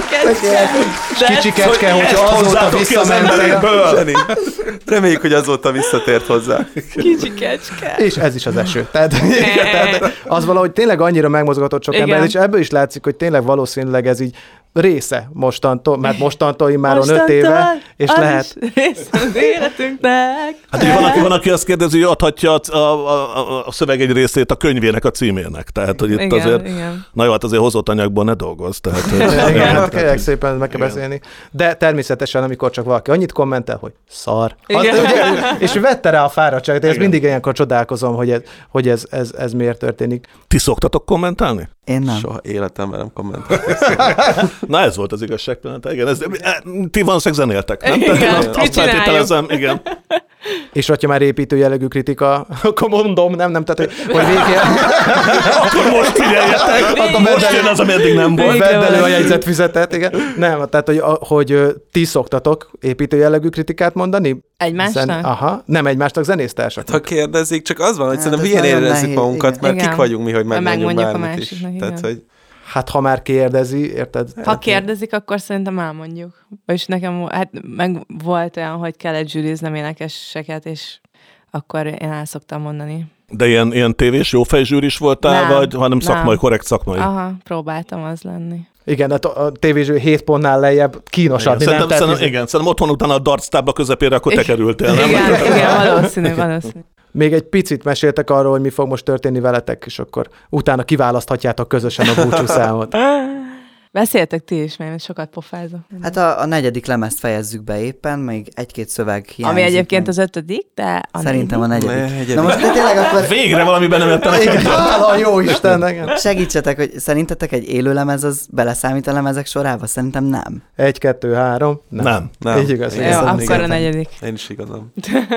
Kicsi kecske, hogyha azóta visszamentél. Reméljük, hogy azóta visszatért hozzá. Kicsi kecske. És ez is az eső. Tehát az valahogy tényleg annyira megmozgatott sok ember, és ebből is látszik, hogy tényleg valószínűleg ez így része mostantól, mert mostantól immáron 5 éve, és lehet... része az életünknek. Hát így van, aki azt kérdezi, hogy adhatja a szöveg egy részét a könyvének a címének. Tehát, hogy itt igen, azért... Igen. Na jó, hát azért hozott anyagból ne dolgozz. Tehát, igen, hát kérlek szépen meg kell beszélni. De természetesen, amikor csak valaki annyit kommentel, hogy szar. És vette rá a fáradtságot, de ez mindig ilyenkor csodálkozom, hogy ez miért történik. Ti szoktatok kommentálni? Én nem. Soha életemben nem kommentáltam. Na ez volt az igazság pillanata. Igen, ti valószínűleg zenéltek, nem? Igen, Azt feltételezem, igen. És hogyha már építő jellegű kritika, akkor mondom, nem, tehát hogy végén... Akkor most figyeljetek, most jön az, ami eddig nem volt. Vedd elő a jegyzetfüzetet, igen. Nem, tehát hogy ti szoktatok építő jellegű kritikát mondani? Egymásnak? Aha, nem egymásnak, zenésztársak. Ha kérdezik, csak az van, hogy szerintem ez hülyen nagyon érezzük nehéz, magunkat, igen. mert Igen. kik vagyunk mi, hogy megmondjuk Megmondjuk a bármit is. másiknak, igen. Tehát, hogy Hát ha már kérdezi, érted? Ha kérdezik, akkor szerintem elmondjuk. Vagyis nekem meg volt olyan, hogy kellett zsűriznem énekeseket, és akkor én el szoktam mondani. De ilyen tévés jófej is voltál, Nem, vagy hanem szakmai, nem. korrekt szakmai? Aha, próbáltam az lenni. Igen, a tévézső 7 pontnál lejjebb kínos adni, nem? Szerintem otthon utána a darts tábla közepére, akkor te kerültél, nem? Igen, valószínű. Még egy picit meséltek arról, hogy mi fog most történni veletek, és akkor utána kiválaszthatjátok közösen a búcsúszámot. Beszéltek ti is, mert sokat pofázok. Hát a 4. lemezt fejezzük be éppen, még 1-2 szöveg hiányzik. Ami egyébként meg. az 5., de Szerintem a 4. negyedik. Na most de tényleg akkor Végre valamiben nem jöttem nekem. Hála jó Isten, igen. segítsetek, hogy szerintetek egy élő lemez az beleszámít a lemezek sorába? Szerintem nem. 1, 2, 3. Nem. Így igaz. jó, Igen. akkor a 4. Én is igazam.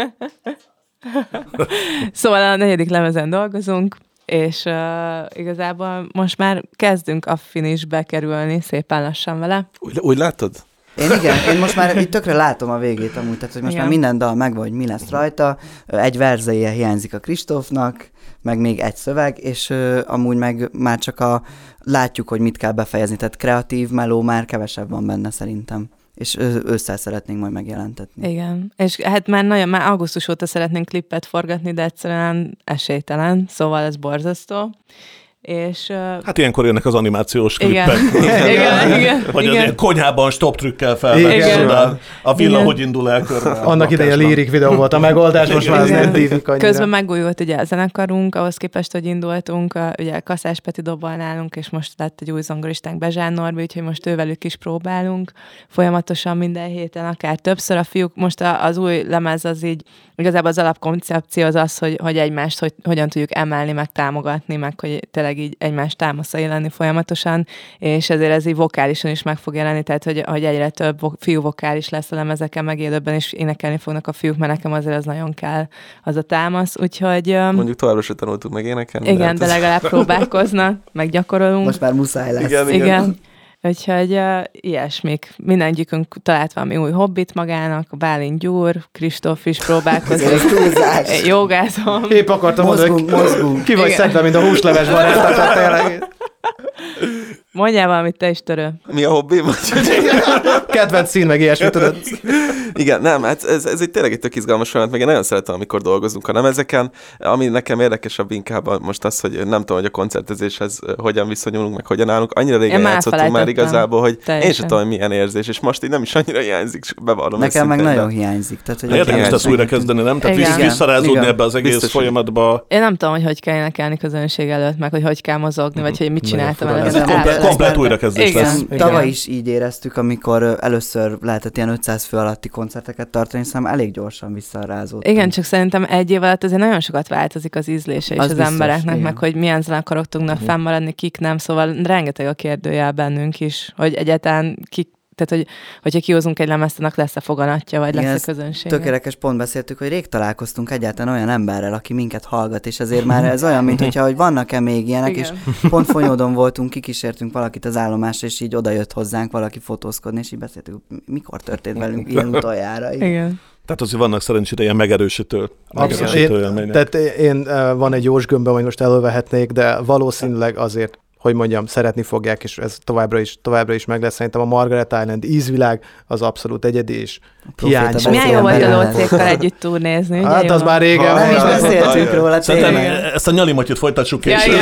Szóval a 4. lemezen dolgozunk, és igazából most már kezdünk a finishbe kerülni szépen lassan vele. Úgy látod? Én most már így tökre látom a végét amúgy, tehát hogy most Igen. már minden dal megvan, hogy mi lesz rajta, egy verzeje hiányzik a Kristófnak, meg még egy szöveg, és amúgy meg már csak látjuk, hogy mit kell befejezni, tehát kreatív meló már kevesebb van benne szerintem. És ősszel szeretnénk majd megjelentetni. Igen, és hát már augusztus óta szeretnénk klippet forgatni, de egyszerűen esélytelen, szóval ez borzasztó. És, Hát ilyenkor jönnek az animációs igen. klippek. Igen. Vagy az ilyen konyhában stop trükkel Igen. felvenni, a villa Igen. hogy indul el körbe. Annak idején a lírik videó volt a megoldás, most már az Igen. nem tívik annyira. Közben megújult ugye a zenekarunk, ahhoz képest, hogy indultunk, ugye Kaszás Peti dobol nálunk, és most lett egy új zongoristánk Bezsán Norbi, úgyhogy most ővelük is próbálunk. Folyamatosan minden héten, akár többször a fiúk. Most az új lemez az így, igazából az alapkoncepció az, hogy egymást hogyan tudjuk emelni, meg támogatni, meg hogy tényleg így egymást támaszai lenni folyamatosan, és ezért ez így vokálisan is meg fog jelenni, tehát hogy egyre több fiú vokális lesz a lemezeken, meg élőben is énekelni fognak a fiúk, mert nekem azért az nagyon kell, az a támasz, úgyhogy... Mondjuk továbbra sem tanultuk meg énekelni. Igen, de legalább próbálkoznak, meg gyakorolunk. Most már muszáj lesz. Igen. Igen. Úgyhogy ilyesmik. Mindegyikünk talált valami új hobbit magának, a Bálint Gyúr, Kristóf is próbálkozik. Jogázom. Épp akartam mondani, hogy ki vagy szedve, mint a húsleves barát. Mondjál valamit te is, Törő. Mi a hobbi? Kedvenc szín, meg ilyesmi, tudod. Igen, nem, hát ez egy tényleg egy tök izgalmas folyamat, meg én nagyon szeretem, amikor dolgozunk a lemezeken. Ami nekem érdekesebb inkább most az, hogy nem tudom, hogy a koncertezéshez hogyan viszonyulunk, meg hogyan állunk. Annyira régen játszottunk már igazából, hogy teljesen. Én sem tudom, milyen érzés, és most így nem is annyira hiányzik, bevallom. Nekem meg nagyon hiányzik. Érdemes ezt újra kezdeni, nem? Tehát visszarázódni ebbe az egész folyamatba. Én nem tudom, hogy kell énekelni közönség előtt, meg hogy kell mozogni, vagy hogy mit csináltam komplet újrakezdés lesz. Tavaly is így éreztük, amikor először lehetett ilyen 500 fő alatti koncerteket tartani, szerintem elég gyorsan visszarázódtunk. Igen, csak szerintem egy év alatt azért nagyon sokat változik az ízlése is az embereknek, igen. Meg hogy milyen zenekarok tudnak fennmaradni, kik nem, szóval rengeteg a kérdőjel bennünk is, hogy egyáltalán kik. Tehát, hogyha kihozunk egy lemezt, annak lesz-e foganatja, vagy lesz-e közönség. Tökéletes, pont beszéltük, hogy rég találkoztunk egyáltalán olyan emberrel, aki minket hallgat, és ezért már ez olyan, mint hogyha, hogy vannak-e még ilyenek, igen. És pont Fonyódon voltunk, kikísértünk valakit az állomásra, és így odajött hozzánk valaki fotózkodni, és így beszéltük, mikor történt velünk ilyen utoljára. Igen. Tehát azért vannak szerencsére ilyen megerősítő élmények. Tehát én van egy jós gömböm, hogy most elővehetnék, de valószínűleg azért, hogy mondjam, szeretni fogják, és ez továbbra is meg lesz. Szerintem a Margaret Island ízvilág az abszolút egyedi, és hiányzik. Milyen jó volt a Lócékkal együtt turnézni, ugye? Hát az már régen. Nem is beszéltünk róla. Szerintem ezt a nyalimotyot folytassuk később.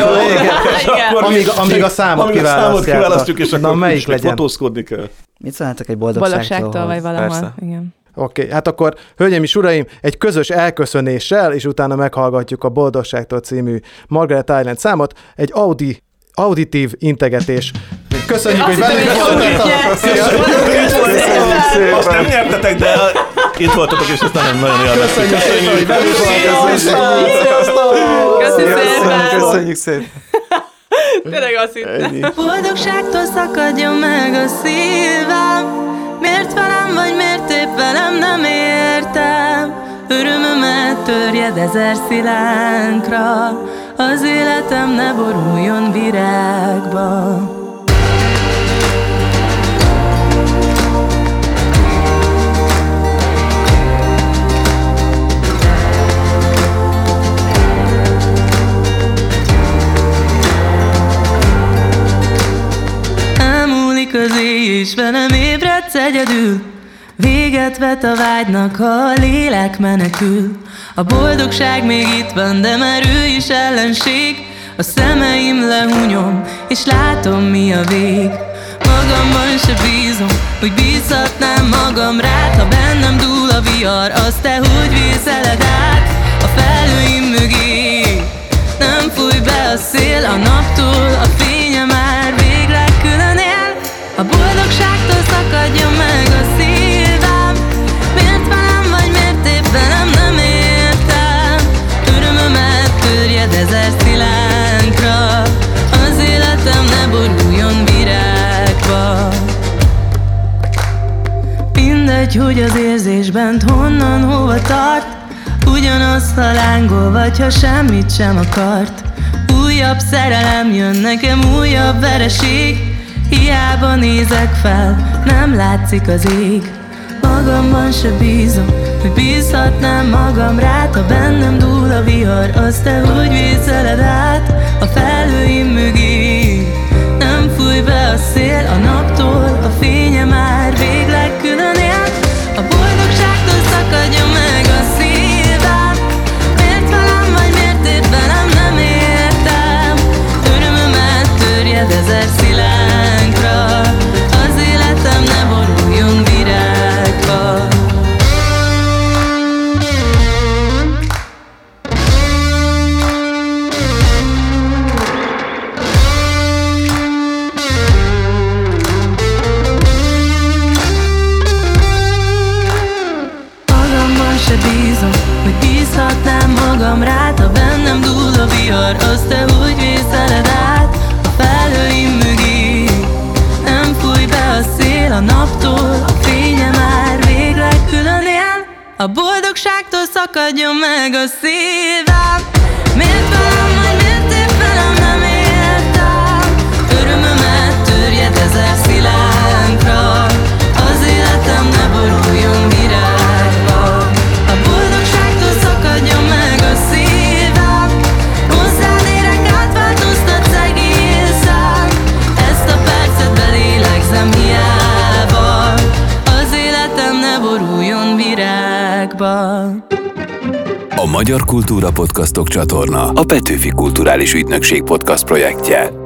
Amíg a számot kiválasztjuk, és akkor melyik legyen? Fotózkodni kell. Mit szólnátok egy boldogságtól? Vagy valahol, igen. Oké, hát akkor, hölgyeim és uraim, egy közös elköszönéssel, és utána meghallgatjuk a Boldogságtól című Margaret Island számot, egy auditív integetés. Köszönjük, hogy velünk voltatok! Azt nem nyertetek, de itt voltatok, és ezt nagyon élveztük. Köszönjük, hogy velünk voltatok! Köszönjük szépen! Tényleg azt hittem. Boldogságtól szakadjon meg a szívem, miért velem vagy miért épp velem nem értem. Örömömet törjed ezer szilánkra, az életem ne boruljon virágba. Elmúlik az éj, és velem ébredsz egyedül. Véget vet a vágynak, ha a lélek menekül. A boldogság még itt van, de már ő is ellenség. A szemeim lehunyom, és látom mi a vég. Magamban se bízom, hogy bízhatnám magam rád. Ha bennem dúl a vihar, azt te hogy vészeled át a felhőim mögé. Nem fúj be a szél a naptól, a fénye már végleg külön él. A boldogságtól szakadjon meg a szívem, miért velem vagy miért épp velem nem értem. Örömömet törjed ezer szilánkra, az életem ne boruljon virágba. Mindegy, hogy az érzés bent honnan hova tart, ugyanaz, ha lángol vagy ha semmit sem akart. Újabb szerelem jön nekem, újabb vereség. Hiába nézek fel, nem látszik az ég. Magamban se bízom, hogy bízhatnám magam rád. Ha bennem dúl a vihar, azt te úgy vészeled át a felhőim mögé. Nem fúj be a szél a naptól, a fénye már végleg külön él. A boldogságtól szakadjon meg a szívem, miért velem vagy miért épp velem nem értem. Örömömet törjed ezer szilánkra, az életem ne boruljon virágba. Magamban se bízom, hogy bízhatnám magam rád. Ha bennem dúl a vihar, azt te úgy vészeled át a felhőim mögé. Nem fúj be a szél a naptól, a fénye már végleg külön él. A boldogságtól szakadjon meg a szívem, miért velem vagy miért épp velem nem értem. Örömömet törjed ezer szív. A Magyar Kultúra Podcastok csatorna a Petőfi Kulturális Ügynökség podcast projektje.